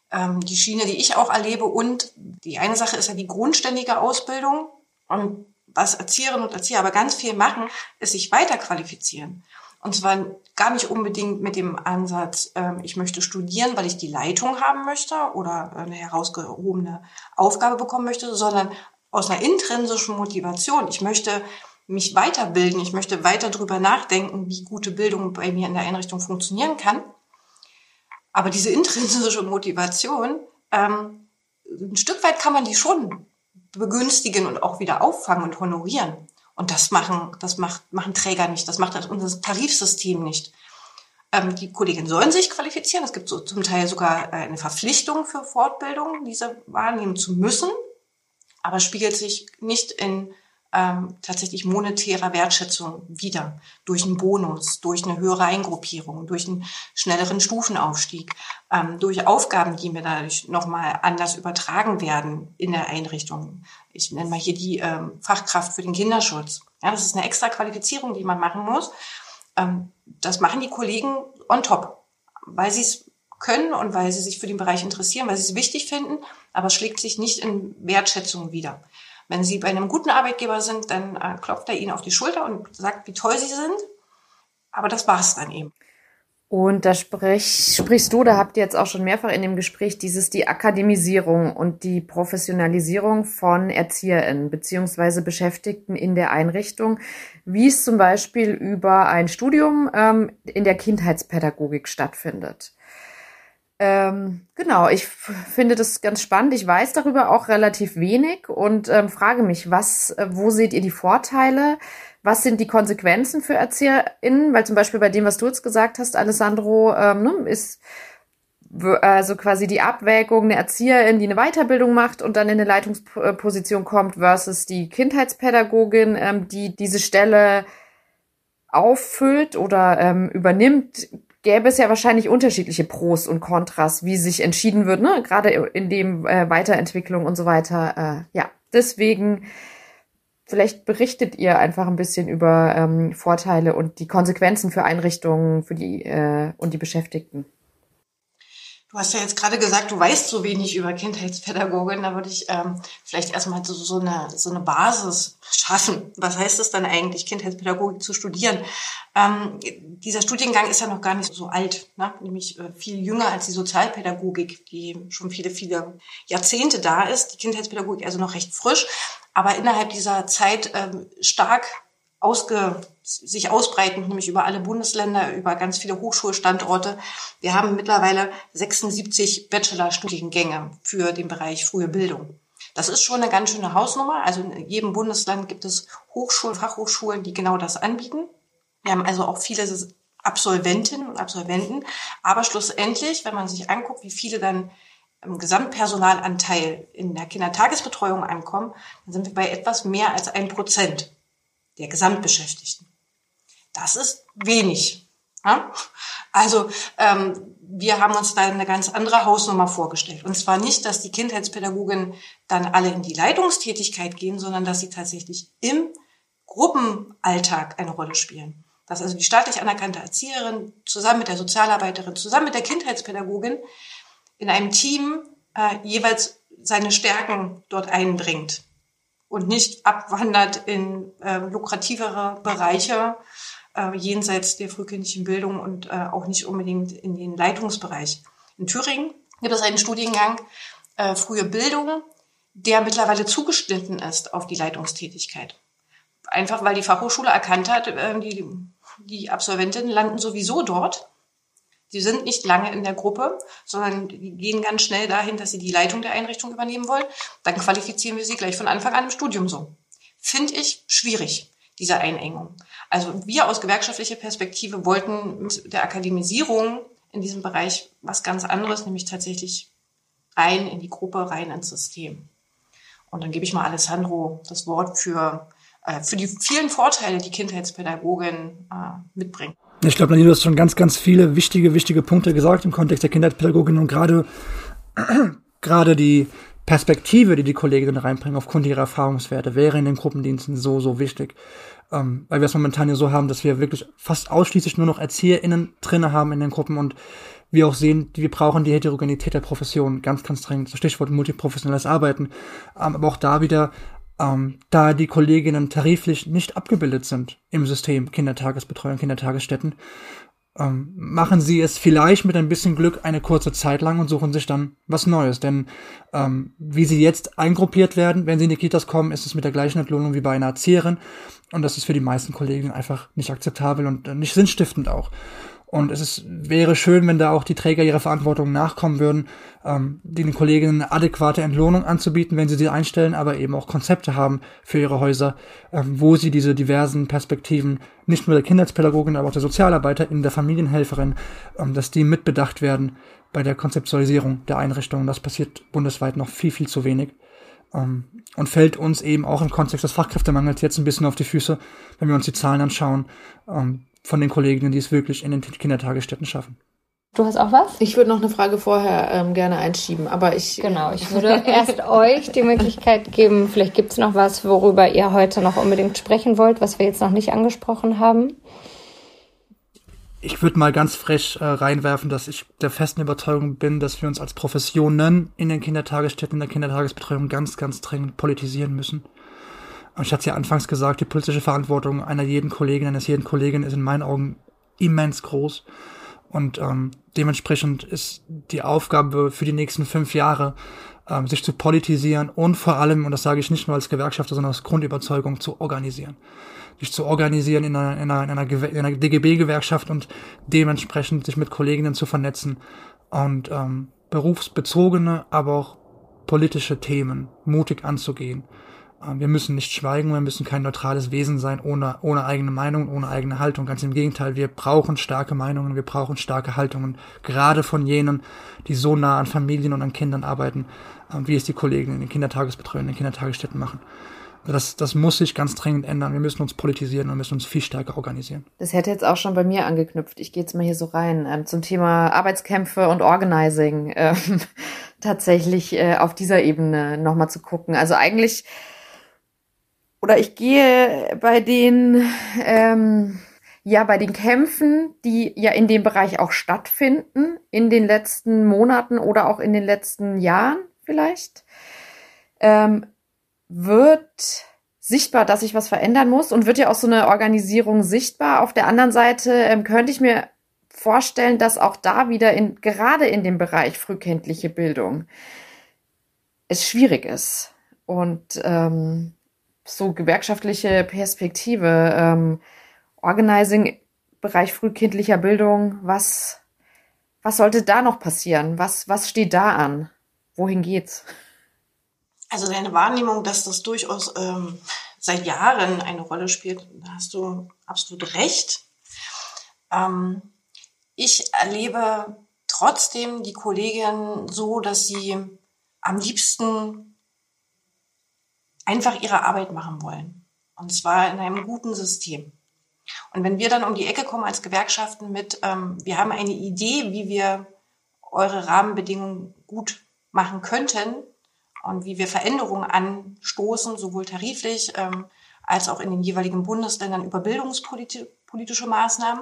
ähm, die Schiene, die ich auch erlebe. Und die eine Sache ist ja die grundständige Ausbildung. Und was Erzieherinnen und Erzieher aber ganz viel machen, ist sich weiterqualifizieren. Und zwar gar nicht unbedingt mit dem Ansatz, ähm, ich möchte studieren, weil ich die Leitung haben möchte oder eine herausgehobene Aufgabe bekommen möchte, sondern aus einer intrinsischen Motivation. Ich möchte mich weiterbilden, ich möchte weiter drüber nachdenken, wie gute Bildung bei mir in der Einrichtung funktionieren kann. Aber diese intrinsische Motivation, ähm, ein Stück weit kann man die schon begünstigen und auch wieder auffangen und honorieren. Und das machen, das macht, machen Träger nicht, das macht unser Tarifsystem nicht. Ähm, die Kolleginnen sollen sich qualifizieren. Es gibt so zum Teil sogar eine Verpflichtung für Fortbildung, diese wahrnehmen zu müssen. Aber spiegelt sich nicht in ähm, tatsächlich monetärer Wertschätzung wider. Durch einen Bonus, durch eine höhere Eingruppierung, durch einen schnelleren Stufenaufstieg, ähm, durch Aufgaben, die mir dadurch nochmal anders übertragen werden in der Einrichtung. Ich nenne mal hier die ähm, Fachkraft für den Kinderschutz. Ja, das ist eine extra Qualifizierung, die man machen muss. Ähm, das machen die Kollegen on top, weil sie es können und weil sie sich für den Bereich interessieren, weil sie es wichtig finden, aber es schlägt sich nicht in Wertschätzung wider. Wenn Sie bei einem guten Arbeitgeber sind, dann äh, klopft er Ihnen auf die Schulter und sagt, wie toll Sie sind, aber das war's dann eben. Und da sprich, sprichst du, da habt ihr jetzt auch schon mehrfach in dem Gespräch dieses, die Akademisierung und die Professionalisierung von ErzieherInnen beziehungsweise Beschäftigten in der Einrichtung, wie es zum Beispiel über ein Studium ähm, in der Kindheitspädagogik stattfindet. Ähm, genau, ich f- finde das ganz spannend. Ich weiß darüber auch relativ wenig und ähm, frage mich, was, äh, wo seht ihr die Vorteile? Was sind die Konsequenzen für ErzieherInnen? Weil zum Beispiel bei dem, was du jetzt gesagt hast, Alessandro, ähm, ne, ist w- also quasi die Abwägung eine Erzieherin, die eine Weiterbildung macht und dann in eine Leitungsposition kommt, versus die Kindheitspädagogin, ähm, die diese Stelle auffüllt oder ähm, übernimmt. Gäbe es ja wahrscheinlich unterschiedliche Pros und Kontras, wie sich entschieden wird, ne? Gerade in dem äh, Weiterentwicklung und so weiter. Äh, ja, deswegen vielleicht berichtet ihr einfach ein bisschen über ähm, Vorteile und die Konsequenzen für Einrichtungen, für die äh, und die Beschäftigten. Du hast ja jetzt gerade gesagt, du weißt so wenig über Kindheitspädagogin. Da würde ich ähm, vielleicht erstmal so, so, eine, so eine Basis schaffen. Was heißt es dann eigentlich, Kindheitspädagogik zu studieren? Ähm, dieser Studiengang ist ja noch gar nicht so alt, ne? Nämlich äh, viel jünger als die Sozialpädagogik, die schon viele, viele Jahrzehnte da ist. Die Kindheitspädagogik also noch recht frisch, aber innerhalb dieser Zeit ähm, stark ausge sich ausbreitend, nämlich über alle Bundesländer, über ganz viele Hochschulstandorte. Wir haben mittlerweile sechsundsiebzig Bachelorstudiengänge für den Bereich frühe Bildung. Das ist schon eine ganz schöne Hausnummer. Also in jedem Bundesland gibt es Hochschulen, Fachhochschulen, die genau das anbieten. Wir haben also auch viele Absolventinnen und Absolventen. Aber schlussendlich, wenn man sich anguckt, wie viele dann im Gesamtpersonalanteil in der Kindertagesbetreuung ankommen, dann sind wir bei etwas mehr als ein Prozent der Gesamtbeschäftigten. Das ist wenig. Ja? Also ähm, wir haben uns da eine ganz andere Hausnummer vorgestellt. Und zwar nicht, dass die Kindheitspädagogen dann alle in die Leitungstätigkeit gehen, sondern dass sie tatsächlich im Gruppenalltag eine Rolle spielen. Dass also die staatlich anerkannte Erzieherin zusammen mit der Sozialarbeiterin, zusammen mit der Kindheitspädagogin in einem Team äh, jeweils seine Stärken dort einbringt. Und nicht abwandert in äh, lukrativere Bereiche äh, jenseits der frühkindlichen Bildung und äh, auch nicht unbedingt in den Leitungsbereich. In Thüringen gibt es einen Studiengang äh, frühe Bildung, der mittlerweile zugeschnitten ist auf die Leitungstätigkeit. Einfach weil die Fachhochschule erkannt hat, äh, die, die Absolventinnen landen sowieso dort. Sie sind nicht lange in der Gruppe, sondern die gehen ganz schnell dahin, dass sie die Leitung der Einrichtung übernehmen wollen. Dann qualifizieren wir sie gleich von Anfang an im Studium so. Finde ich schwierig, diese Einengung. Also wir aus gewerkschaftlicher Perspektive wollten mit der Akademisierung in diesem Bereich was ganz anderes, nämlich tatsächlich rein in die Gruppe, rein ins System. Und dann gebe ich mal Alessandro das Wort für, äh, für die vielen Vorteile, die Kindheitspädagogin äh, mitbringt. Ich glaube, Nadine, du hast schon ganz, ganz viele wichtige, wichtige Punkte gesagt im Kontext der Kindheitspädagogin und gerade, gerade die Perspektive, die die Kolleginnen reinbringen aufgrund ihrer Erfahrungswerte, wäre in den Gruppendiensten so, so wichtig. Ähm, weil wir es momentan ja so haben, dass wir wirklich fast ausschließlich nur noch ErzieherInnen drinne haben in den Gruppen und wir auch sehen, wir brauchen die Heterogenität der Profession, ganz, ganz dringend. Das Stichwort multiprofessionelles Arbeiten. Ähm, aber auch da wieder, ähm, da die Kolleginnen tariflich nicht abgebildet sind im System Kindertagesbetreuung, Kindertagesstätten, ähm, machen sie es vielleicht mit ein bisschen Glück eine kurze Zeit lang und suchen sich dann was Neues. Denn ähm, wie sie jetzt eingruppiert werden, wenn sie in die Kitas kommen, ist es mit der gleichen Entlohnung wie bei einer Erzieherin. Und das ist für die meisten Kolleginnen einfach nicht akzeptabel und nicht sinnstiftend auch. Und es ist, wäre schön, wenn da auch die Träger ihrer Verantwortung nachkommen würden, ähm, den Kolleginnen eine adäquate Entlohnung anzubieten, wenn sie sie einstellen, aber eben auch Konzepte haben für ihre Häuser, ähm, wo sie diese diversen Perspektiven, nicht nur der Kindheitspädagogin, aber auch der Sozialarbeiterin, der Familienhelferin, ähm, dass die mitbedacht werden bei der Konzeptualisierung der Einrichtungen. Das passiert bundesweit noch viel, viel zu wenig. Um, und fällt uns eben auch im Kontext des Fachkräftemangels jetzt ein bisschen auf die Füße, wenn wir uns die Zahlen anschauen, um, von den Kolleginnen, die es wirklich in den Kindertagesstätten schaffen. Du hast auch was? Ich würde noch eine Frage vorher ähm, gerne einschieben, aber ich... Genau, ich würde erst euch die Möglichkeit geben, vielleicht gibt es noch was, worüber ihr heute noch unbedingt sprechen wollt, was wir jetzt noch nicht angesprochen haben. Ich würde mal ganz frech äh, reinwerfen, dass ich der festen Überzeugung bin, dass wir uns als Professionen in den Kindertagesstätten, in der Kindertagesbetreuung ganz, ganz dringend politisieren müssen. Und ich hatte es ja anfangs gesagt, die politische Verantwortung einer jeden Kollegin, eines jeden Kollegen ist in meinen Augen immens groß. Und ähm, dementsprechend ist die Aufgabe für die nächsten fünf Jahre, ähm, sich zu politisieren und vor allem, und das sage ich nicht nur als Gewerkschafter, sondern als Grundüberzeugung, zu organisieren. Sich zu organisieren in einer, in einer, in einer, in einer D G B-Gewerkschaft und dementsprechend sich mit Kolleginnen zu vernetzen und ähm, berufsbezogene, aber auch politische Themen mutig anzugehen. Ähm, wir müssen nicht schweigen, wir müssen kein neutrales Wesen sein, ohne, ohne eigene Meinung, ohne eigene Haltung. Ganz im Gegenteil, wir brauchen starke Meinungen, wir brauchen starke Haltungen, gerade von jenen, die so nah an Familien und an Kindern arbeiten, ähm, wie es die Kollegen in den Kindertagesbetreuungen, in den Kindertagesstätten machen. Das, das muss sich ganz dringend ändern. Wir müssen uns politisieren und müssen uns viel stärker organisieren. Das hätte jetzt auch schon bei mir angeknüpft. Ich gehe jetzt mal hier so rein ähm, zum Thema Arbeitskämpfe und Organizing. Ähm, tatsächlich äh, auf dieser Ebene nochmal zu gucken. Also eigentlich, oder ich gehe bei den, ähm, ja, bei den Kämpfen, die ja in dem Bereich auch stattfinden, in den letzten Monaten oder auch in den letzten Jahren vielleicht, ähm, wird sichtbar, dass sich was verändern muss und wird ja auch so eine Organisierung sichtbar. Auf der anderen Seite ähm, könnte ich mir vorstellen, dass auch da wieder in, gerade in dem Bereich frühkindliche Bildung es schwierig ist. Und ähm, so gewerkschaftliche Perspektive, ähm, Organizing, Bereich frühkindlicher Bildung, was, was sollte da noch passieren? Was, was steht da an? Wohin geht's? Also deine Wahrnehmung, dass das durchaus ähm, seit Jahren eine Rolle spielt, da hast du absolut recht. Ähm, ich erlebe trotzdem die Kolleginnen so, dass sie am liebsten einfach ihre Arbeit machen wollen. Und zwar in einem guten System. Und wenn wir dann um die Ecke kommen als Gewerkschaften mit, ähm, wir haben eine Idee, wie wir eure Rahmenbedingungen gut machen könnten, und wie wir Veränderungen anstoßen, sowohl tariflich ähm, als auch in den jeweiligen Bundesländern über bildungspolitische Maßnahmen,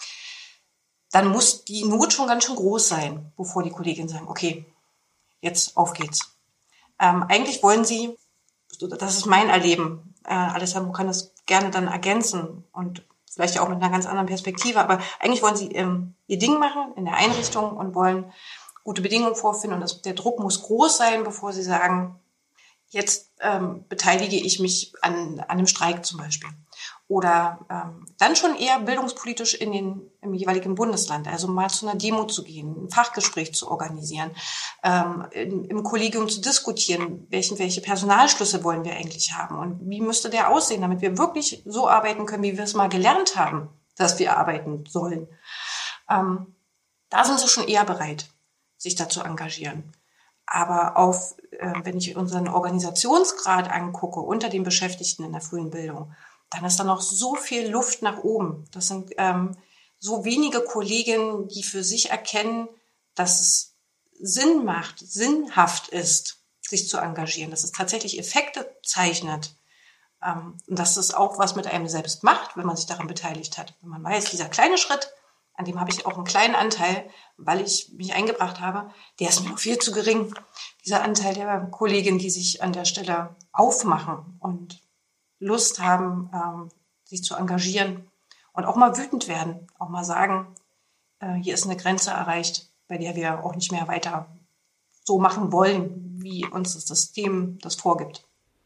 dann muss die Not schon ganz schön groß sein, bevor die Kolleginnen sagen, okay, jetzt auf geht's. Ähm, eigentlich wollen sie, das ist mein Erleben, äh, Alessandro kann das gerne dann ergänzen und vielleicht auch mit einer ganz anderen Perspektive, aber eigentlich wollen sie ähm, ihr Ding machen in der Einrichtung und wollen gute Bedingungen vorfinden und das, der Druck muss groß sein, bevor sie sagen, jetzt ähm, beteilige ich mich an, an einem Streik zum Beispiel. Oder ähm, dann schon eher bildungspolitisch in den, im jeweiligen Bundesland, also mal zu einer Demo zu gehen, ein Fachgespräch zu organisieren, ähm, in, im Kollegium zu diskutieren, welchen, welche Personalschlüsse wollen wir eigentlich haben und wie müsste der aussehen, damit wir wirklich so arbeiten können, wie wir es mal gelernt haben, dass wir arbeiten sollen. Ähm, da sind sie schon eher bereit, sich dazu engagieren. Aber auf, äh, wenn ich unseren Organisationsgrad angucke unter den Beschäftigten in der frühen Bildung, dann ist da noch so viel Luft nach oben. Das sind ähm, so wenige Kolleginnen, die für sich erkennen, dass es Sinn macht, sinnhaft ist, sich zu engagieren, dass es tatsächlich Effekte zeichnet. Ähm, und dass es auch was mit einem selbst macht, wenn man sich daran beteiligt hat. Wenn man weiß, dieser kleine Schritt, an dem habe ich auch einen kleinen Anteil, weil ich mich eingebracht habe, der ist mir noch viel zu gering. Dieser Anteil der Kolleginnen, die sich an der Stelle aufmachen und Lust haben, ähm, sich zu engagieren und auch mal wütend werden, auch mal sagen, äh, hier ist eine Grenze erreicht, bei der wir auch nicht mehr weiter so machen wollen, wie uns das System das vorgibt.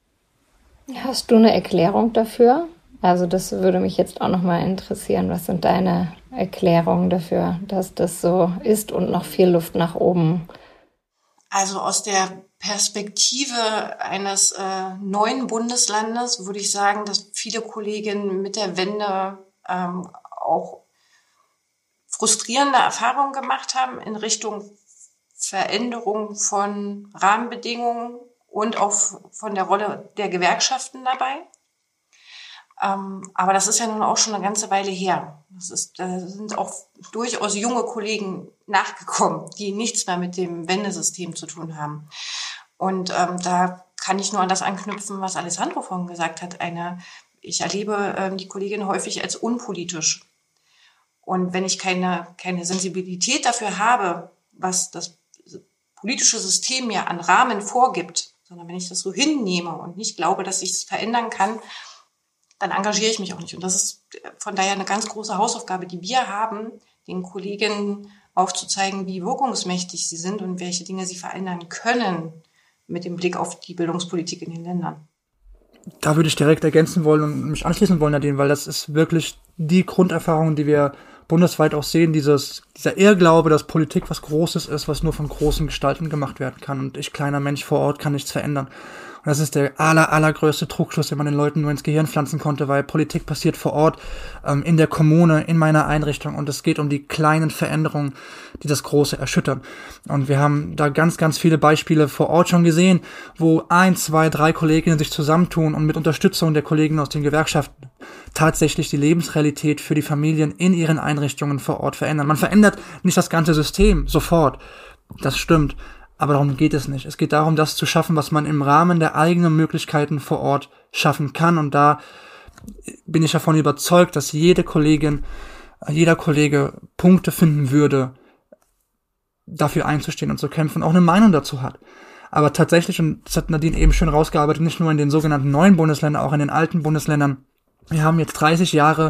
Hast du eine Erklärung dafür? Also das würde mich jetzt auch nochmal interessieren. Was sind deine Erklärungen dafür, dass das so ist und noch viel Luft nach oben? Also aus der Perspektive eines äh, neuen Bundeslandes würde ich sagen, dass viele Kolleginnen mit der Wende ähm, auch frustrierende Erfahrungen gemacht haben in Richtung Veränderung von Rahmenbedingungen und auch von der Rolle der Gewerkschaften dabei. Ähm, aber das ist ja nun auch schon eine ganze Weile her. Das ist, da sind auch durchaus junge Kollegen nachgekommen, die nichts mehr mit dem Wendesystem zu tun haben. Und ähm, da kann ich nur an das anknüpfen, was Alessandro vorhin gesagt hat. Eine, ich erlebe ähm, die Kollegin häufig als unpolitisch. Und wenn ich keine, keine Sensibilität dafür habe, was das politische System mir an Rahmen vorgibt, sondern wenn ich das so hinnehme und nicht glaube, dass ich es verändern kann, dann engagiere ich mich auch nicht. Und das ist von daher eine ganz große Hausaufgabe, die wir haben, den Kolleginnen aufzuzeigen, wie wirkungsmächtig sie sind und welche Dinge sie verändern können mit dem Blick auf die Bildungspolitik in den Ländern. Da würde ich direkt ergänzen wollen und mich anschließen wollen, Nadine, weil das ist wirklich die Grunderfahrung, die wir bundesweit auch sehen, dieses, dieser Irrglaube, dass Politik was Großes ist, was nur von großen Gestalten gemacht werden kann und ich, kleiner Mensch vor Ort, kann nichts verändern. Und das ist der aller, allergrößte Trugschluss, den man den Leuten nur ins Gehirn pflanzen konnte, weil Politik passiert vor Ort, ähm, in der Kommune, in meiner Einrichtung und es geht um die kleinen Veränderungen, die das Große erschüttern. Und wir haben da ganz, ganz viele Beispiele vor Ort schon gesehen, wo ein, zwei, drei Kolleginnen sich zusammentun und mit Unterstützung der Kollegen aus den Gewerkschaften tatsächlich die Lebensrealität für die Familien in ihren Einrichtungen vor Ort verändern. Man verändert nicht das ganze System sofort, das stimmt, aber darum geht es nicht. Es geht darum, das zu schaffen, was man im Rahmen der eigenen Möglichkeiten vor Ort schaffen kann und da bin ich davon überzeugt, dass jede Kollegin, jeder Kollege Punkte finden würde, dafür einzustehen und zu kämpfen und auch eine Meinung dazu hat. Aber tatsächlich, und das hat Nadine eben schön rausgearbeitet, nicht nur in den sogenannten neuen Bundesländern, auch in den alten Bundesländern. Wir haben jetzt dreißig Jahre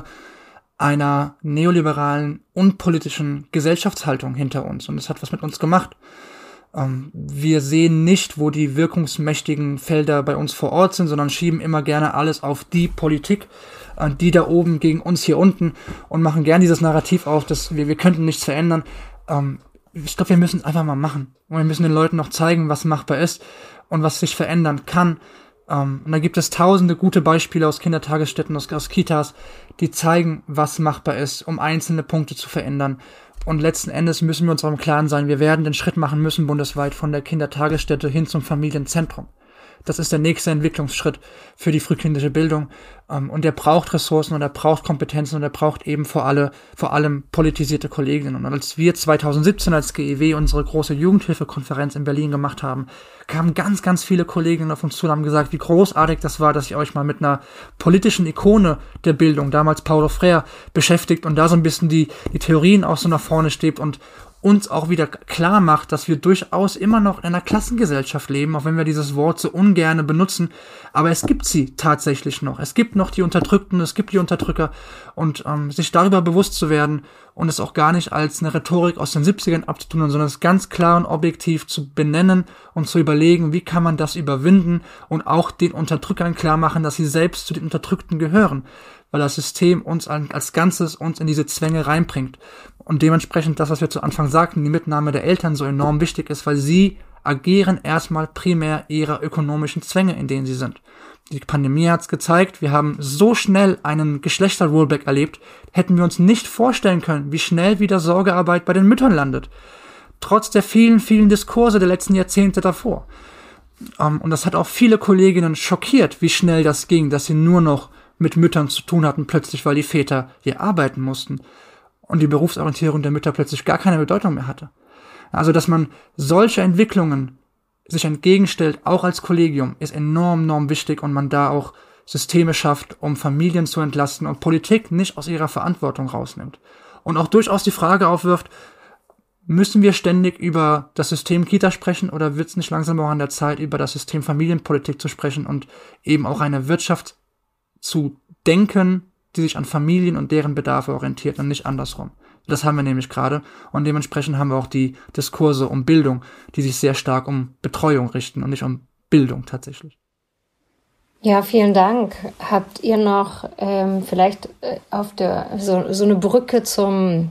einer neoliberalen, unpolitischen Gesellschaftshaltung hinter uns und das hat was mit uns gemacht. Ähm, wir sehen nicht, wo die wirkungsmächtigen Felder bei uns vor Ort sind, sondern schieben immer gerne alles auf die Politik, äh, die da oben gegen uns hier unten und machen gern dieses Narrativ auf, dass wir, wir könnten nichts verändern. Ähm, ich glaube, wir müssen es einfach mal machen. Und wir müssen den Leuten noch zeigen, was machbar ist und was sich verändern kann. Um, und da gibt es tausende gute Beispiele aus Kindertagesstätten, aus, aus Kitas, die zeigen, was machbar ist, um einzelne Punkte zu verändern. Und letzten Endes müssen wir uns auch im Klaren sein, wir werden den Schritt machen müssen bundesweit von der Kindertagesstätte hin zum Familienzentrum. Das ist der nächste Entwicklungsschritt für die frühkindliche Bildung. Und er braucht Ressourcen und er braucht Kompetenzen und er braucht eben vor, alle, vor allem politisierte Kolleginnen. Und als wir zwanzig siebzehn als G E W unsere große Jugendhilfekonferenz in Berlin gemacht haben, kamen ganz, ganz viele Kolleginnen auf uns zu und haben gesagt, wie großartig das war, dass ihr euch mal mit einer politischen Ikone der Bildung, damals Paulo Freire, beschäftigt und da so ein bisschen die, die Theorien auch so nach vorne steht und uns auch wieder klar macht, dass wir durchaus immer noch in einer Klassengesellschaft leben, auch wenn wir dieses Wort so ungerne benutzen, aber es gibt sie tatsächlich noch. Es gibt noch die Unterdrückten, es gibt die Unterdrücker und ähm, sich darüber bewusst zu werden und es auch gar nicht als eine Rhetorik aus den siebzigern abzutun, sondern es ganz klar und objektiv zu benennen und zu überlegen, wie kann man das überwinden und auch den Unterdrückern klar machen, dass sie selbst zu den Unterdrückten gehören, weil das System uns als Ganzes uns in diese Zwänge reinbringt. Und dementsprechend das, was wir zu Anfang sagten, die Mitnahme der Eltern so enorm wichtig ist, weil sie agieren erstmal primär ihrer ökonomischen Zwänge, in denen sie sind. Die Pandemie hat's gezeigt, wir haben so schnell einen Geschlechter-Rollback erlebt, hätten wir uns nicht vorstellen können, wie schnell wieder Sorgearbeit bei den Müttern landet. Trotz der vielen, vielen Diskurse der letzten Jahrzehnte davor. Um, und das hat auch viele Kolleginnen schockiert, wie schnell das ging, dass sie nur noch mit Müttern zu tun hatten, plötzlich, weil die Väter hier arbeiten mussten und die Berufsorientierung der Mütter plötzlich gar keine Bedeutung mehr hatte. Also, dass man solche Entwicklungen sich entgegenstellt, auch als Kollegium, ist enorm, enorm wichtig und man da auch Systeme schafft, um Familien zu entlasten und Politik nicht aus ihrer Verantwortung rausnimmt. und auch durchaus die Frage aufwirft, müssen wir ständig über das System Kita sprechen oder wird es nicht langsam auch an der Zeit, über das System Familienpolitik zu sprechen und eben auch eine Wirtschaft zu denken, die sich an Familien und deren Bedarfe orientiert und nicht andersrum. Das haben wir nämlich gerade und dementsprechend haben wir auch die Diskurse um Bildung, die sich sehr stark um Betreuung richten und nicht um Bildung tatsächlich. Ja, vielen Dank. Habt ihr noch ähm, vielleicht auf der so, so eine Brücke zum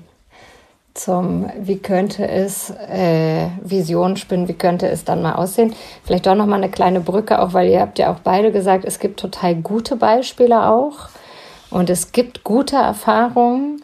zum, wie könnte es, äh, Vision spinnen, wie könnte es dann mal aussehen? Vielleicht doch noch mal eine kleine Brücke, auch weil ihr habt ja auch beide gesagt, es gibt total gute Beispiele auch und es gibt gute Erfahrungen.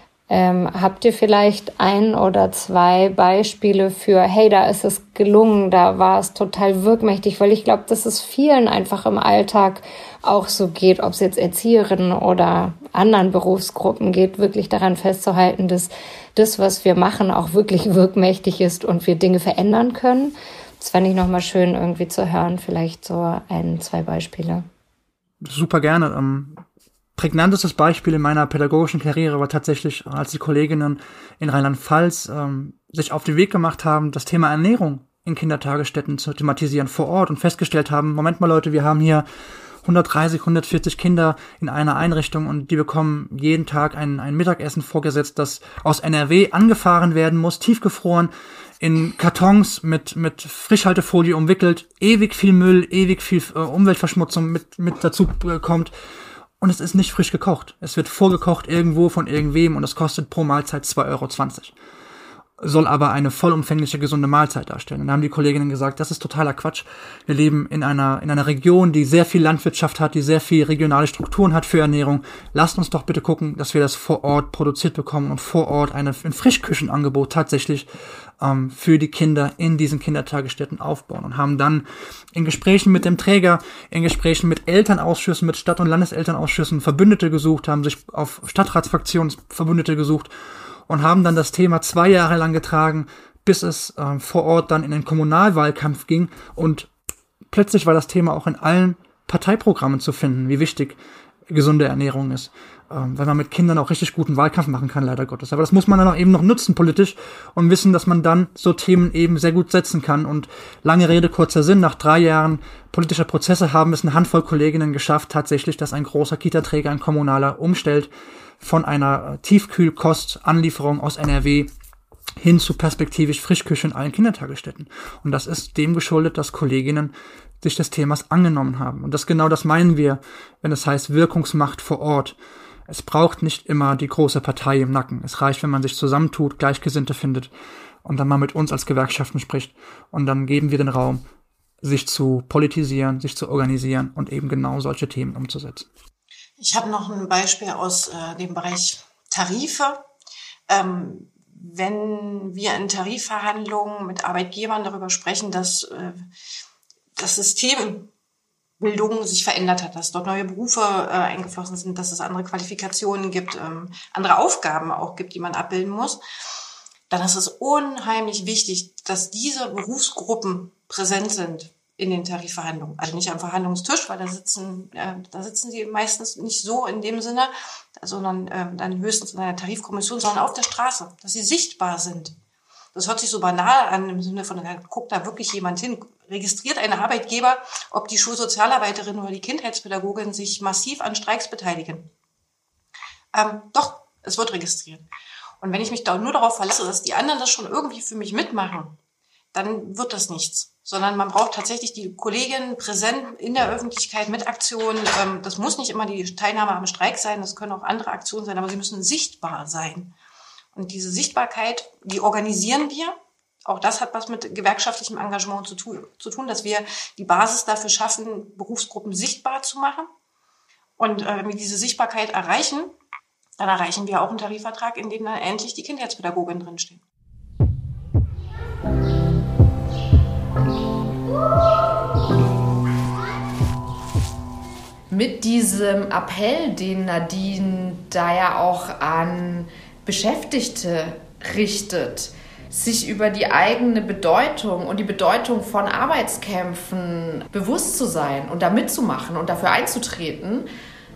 Ähm, habt ihr vielleicht ein oder zwei Beispiele für, hey, da ist es gelungen, da war es total wirkmächtig, weil ich glaube, dass es vielen einfach im Alltag auch so geht, ob es jetzt Erzieherinnen oder anderen Berufsgruppen geht, wirklich daran festzuhalten, dass das, was wir machen, auch wirklich wirkmächtig ist und wir Dinge verändern können. Das fand ich nochmal schön irgendwie zu hören, vielleicht so ein, zwei Beispiele. Super gerne. Ähm Prägnantestes Beispiel in meiner pädagogischen Karriere war tatsächlich, als die Kolleginnen in Rheinland-Pfalz ähm, sich auf den Weg gemacht haben, das Thema Ernährung in Kindertagesstätten zu thematisieren vor Ort und festgestellt haben, Moment mal Leute, wir haben hier hundertdreißig, hundertvierzig Kinder in einer Einrichtung und die bekommen jeden Tag ein, ein Mittagessen vorgesetzt, das aus N R W angefahren werden muss, tiefgefroren, in Kartons mit mit Frischhaltefolie umwickelt, ewig viel Müll, ewig viel äh, Umweltverschmutzung mit mit dazu äh, kommt. Und es ist nicht frisch gekocht. Es wird vorgekocht irgendwo von irgendwem und es kostet pro Mahlzeit zwei Euro zwanzig. Soll aber eine vollumfängliche, gesunde Mahlzeit darstellen. Und da haben die Kolleginnen gesagt, das ist totaler Quatsch. Wir leben in einer in einer Region, die sehr viel Landwirtschaft hat, die sehr viel regionale Strukturen hat für Ernährung. Lasst uns doch bitte gucken, dass wir das vor Ort produziert bekommen und vor Ort eine, ein Frischküchenangebot tatsächlich ähm, für die Kinder in diesen Kindertagesstätten aufbauen. Und haben dann in Gesprächen mit dem Träger, in Gesprächen mit Elternausschüssen, mit Stadt- und Landeselternausschüssen Verbündete gesucht, haben sich auf Stadtratsfraktionen Verbündete gesucht und haben dann das Thema zwei Jahre lang getragen, bis es äh, vor Ort dann in den Kommunalwahlkampf ging. Und plötzlich war das Thema auch in allen Parteiprogrammen zu finden, wie wichtig gesunde Ernährung ist. Ähm, weil man mit Kindern auch richtig guten Wahlkampf machen kann, leider Gottes. Aber das muss man dann auch eben noch nutzen politisch und wissen, dass man dann so Themen eben sehr gut setzen kann. Und lange Rede, kurzer Sinn, nach drei Jahren politischer Prozesse haben es eine Handvoll Kolleginnen geschafft, tatsächlich, dass ein großer Kita-Träger, ein kommunaler, umstellt von einer Tiefkühlkostanlieferung aus N R W hin zu perspektivisch Frischküche in allen Kindertagesstätten. Und das ist dem geschuldet, dass Kolleginnen sich des Themas angenommen haben. Und das genau das meinen wir, wenn es heißt Wirkungsmacht vor Ort. Es braucht nicht immer die große Partei im Nacken. Es reicht, wenn man sich zusammentut, Gleichgesinnte findet und dann mal mit uns als Gewerkschaften spricht. Und dann geben wir den Raum, sich zu politisieren, sich zu organisieren und eben genau solche Themen umzusetzen. Ich habe noch ein Beispiel aus äh, dem Bereich Tarife. Ähm, wenn wir in Tarifverhandlungen mit Arbeitgebern darüber sprechen, dass äh, das System Bildung sich verändert hat, dass dort neue Berufe äh, eingeflossen sind, dass es andere Qualifikationen gibt, ähm, andere Aufgaben auch gibt, die man abbilden muss, dann ist es unheimlich wichtig, dass diese Berufsgruppen präsent sind in den Tarifverhandlungen. Also nicht am Verhandlungstisch, weil da sitzen, äh, da sitzen sie meistens nicht so in dem Sinne, sondern äh, dann höchstens in einer Tarifkommission, sondern auf der Straße, dass sie sichtbar sind. Das hört sich so banal an, im Sinne von, guckt da wirklich jemand hin, registriert ein Arbeitgeber, ob die Schulsozialarbeiterin oder die Kindheitspädagogin sich massiv an Streiks beteiligen. Ähm, doch, es wird registriert. Und wenn ich mich da nur darauf verlasse, dass die anderen das schon irgendwie für mich mitmachen, dann wird das nichts. Sondern man braucht tatsächlich die Kolleginnen präsent in der Öffentlichkeit mit Aktionen. Ähm, das muss nicht immer die Teilnahme am Streik sein, das können auch andere Aktionen sein, aber sie müssen sichtbar sein. Und diese Sichtbarkeit, die organisieren wir. Auch das hat was mit gewerkschaftlichem Engagement zu tun, zu tun, dass wir die Basis dafür schaffen, Berufsgruppen sichtbar zu machen. Und äh, wenn wir diese Sichtbarkeit erreichen, dann erreichen wir auch einen Tarifvertrag, in dem dann endlich die Kindheitspädagoginnen drinstehen. Mit diesem Appell, den Nadine da ja auch an Beschäftigte richtet, sich über die eigene Bedeutung und die Bedeutung von Arbeitskämpfen bewusst zu sein und da mitzumachen und dafür einzutreten,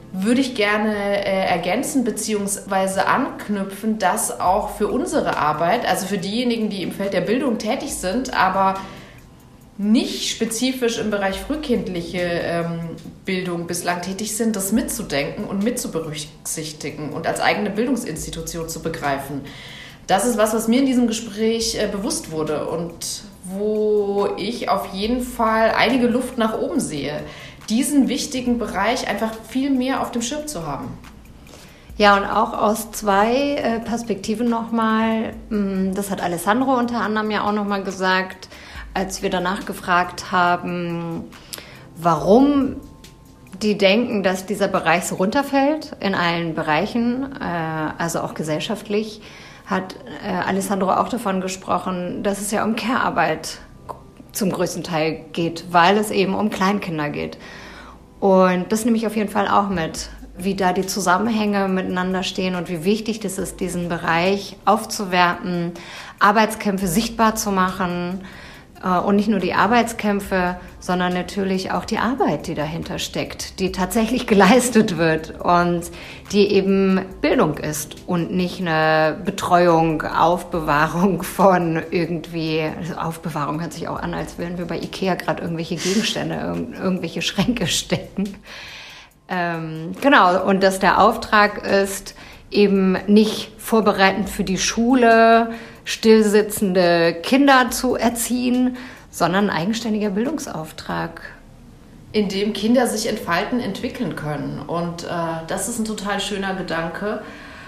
würde ich gerne äh, ergänzen bzw. anknüpfen, dass auch für unsere Arbeit, also für diejenigen, die im Feld der Bildung tätig sind, aber nicht spezifisch im Bereich frühkindliche ähm, Bildung bislang tätig sind, das mitzudenken und mitzuberücksichtigen und als eigene Bildungsinstitution zu begreifen. Das ist was, was mir in diesem Gespräch äh, bewusst wurde und wo ich auf jeden Fall einige Luft nach oben sehe, diesen wichtigen Bereich einfach viel mehr auf dem Schirm zu haben. Ja, und auch aus zwei äh, Perspektiven nochmal, das hat Alessandro unter anderem ja auch nochmal gesagt, als wir danach gefragt haben, warum die denken, dass dieser Bereich so runterfällt in allen Bereichen, äh, also auch gesellschaftlich, hat äh, Alessandro auch davon gesprochen, dass es ja um Care-Arbeit zum größten Teil geht, weil es eben um Kleinkinder geht. Und das nehme ich auf jeden Fall auch mit, wie da die Zusammenhänge miteinander stehen und wie wichtig das ist, diesen Bereich aufzuwerten, Arbeitskämpfe sichtbar zu machen. Und nicht nur die Arbeitskämpfe, sondern natürlich auch die Arbeit, die dahinter steckt, die tatsächlich geleistet wird und die eben Bildung ist und nicht eine Betreuung, Aufbewahrung von irgendwie, also Aufbewahrung hört sich auch an, als würden wir bei Ikea gerade irgendwelche Gegenstände, irgendwelche Schränke stecken. Ähm, genau, und dass der Auftrag ist, eben nicht vorbereitend für die Schule, stillsitzende Kinder zu erziehen, sondern ein eigenständiger Bildungsauftrag. In dem Kinder sich entfalten, entwickeln können. Und äh, das ist ein total schöner Gedanke.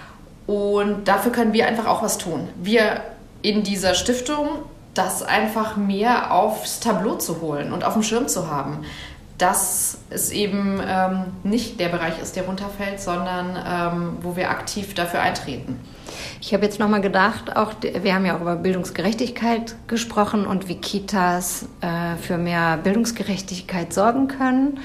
Und dafür können wir einfach auch was tun. Wir in dieser Stiftung, das einfach mehr aufs Tableau zu holen und auf dem Schirm zu haben. Dass es eben ähm, nicht der Bereich ist, der runterfällt, sondern ähm, wo wir aktiv dafür eintreten. Ich habe jetzt nochmal gedacht, auch wir haben ja auch über Bildungsgerechtigkeit gesprochen und wie Kitas äh, für mehr Bildungsgerechtigkeit sorgen können,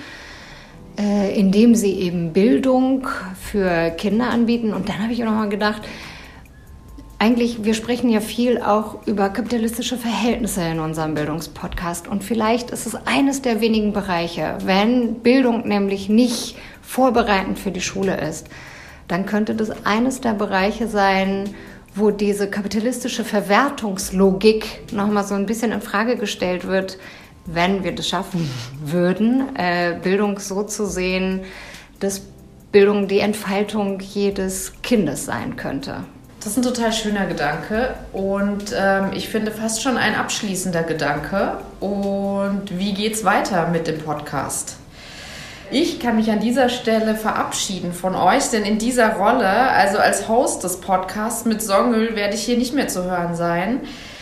äh, indem sie eben Bildung für Kinder anbieten. Und dann habe ich auch nochmal gedacht, eigentlich, wir sprechen ja viel auch über kapitalistische Verhältnisse in unserem Bildungspodcast und vielleicht ist es eines der wenigen Bereiche, wenn Bildung nämlich nicht vorbereitend für die Schule ist, dann könnte das eines der Bereiche sein, wo diese kapitalistische Verwertungslogik nochmal so ein bisschen in Frage gestellt wird, wenn wir das schaffen würden, äh, Bildung so zu sehen, dass Bildung die Entfaltung jedes Kindes sein könnte. Das ist ein total schöner Gedanke und ähm, ich finde fast schon ein abschließender Gedanke. Und wie geht's weiter mit dem Podcast? Ich kann mich an dieser Stelle verabschieden von euch, denn in dieser Rolle, also als Host des Podcasts mit Songül, werde ich hier nicht mehr zu hören sein.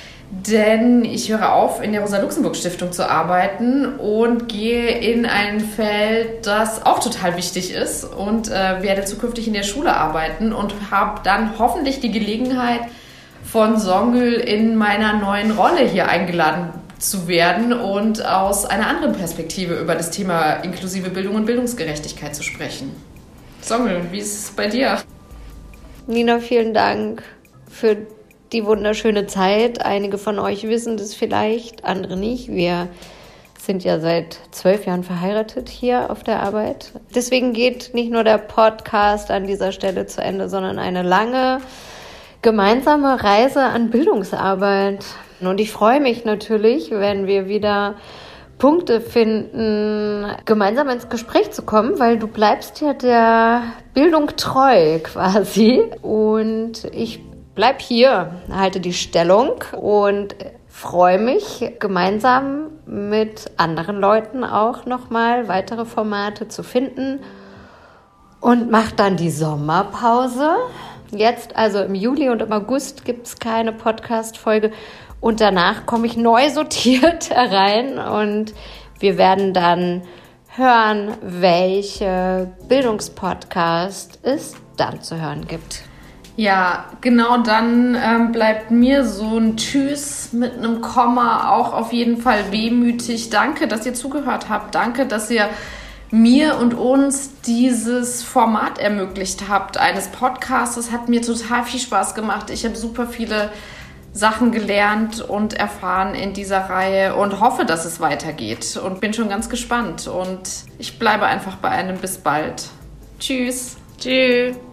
Denn ich höre auf, in der Rosa-Luxemburg-Stiftung zu arbeiten und gehe in ein Feld, das auch total wichtig ist und äh, werde zukünftig in der Schule arbeiten und habe dann hoffentlich die Gelegenheit, von Songül in meiner neuen Rolle hier eingeladen zu werden und aus einer anderen Perspektive über das Thema inklusive Bildung und Bildungsgerechtigkeit zu sprechen. Songül, wie ist es bei dir? Nina, vielen Dank für die wunderschöne Zeit. Einige von euch wissen das vielleicht, andere nicht. Wir sind ja seit zwölf Jahren verheiratet hier auf der Arbeit. Deswegen geht nicht nur der Podcast an dieser Stelle zu Ende, sondern eine lange gemeinsame Reise an Bildungsarbeit. Und ich freue mich natürlich, wenn wir wieder Punkte finden, gemeinsam ins Gespräch zu kommen, weil du bleibst ja der Bildung treu quasi. Und ich bleib hier, halte die Stellung und freue mich, gemeinsam mit anderen Leuten auch nochmal weitere Formate zu finden und mache dann die Sommerpause. Jetzt, also im Juli und im August, gibt es keine Podcast-Folge und danach komme ich neu sortiert herein und wir werden dann hören, welche Bildungspodcast es dann zu hören gibt. Ja, genau, dann ähm, bleibt mir so ein Tschüss mit einem Komma auch auf jeden Fall wehmütig. Danke, dass ihr zugehört habt. Danke, dass ihr mir und uns dieses Format ermöglicht habt, eines Podcasts. Das hat mir total viel Spaß gemacht. Ich habe super viele Sachen gelernt und erfahren in dieser Reihe und hoffe, dass es weitergeht und bin schon ganz gespannt. Und ich bleibe einfach bei einem bis bald. Tschüss. Tschüss.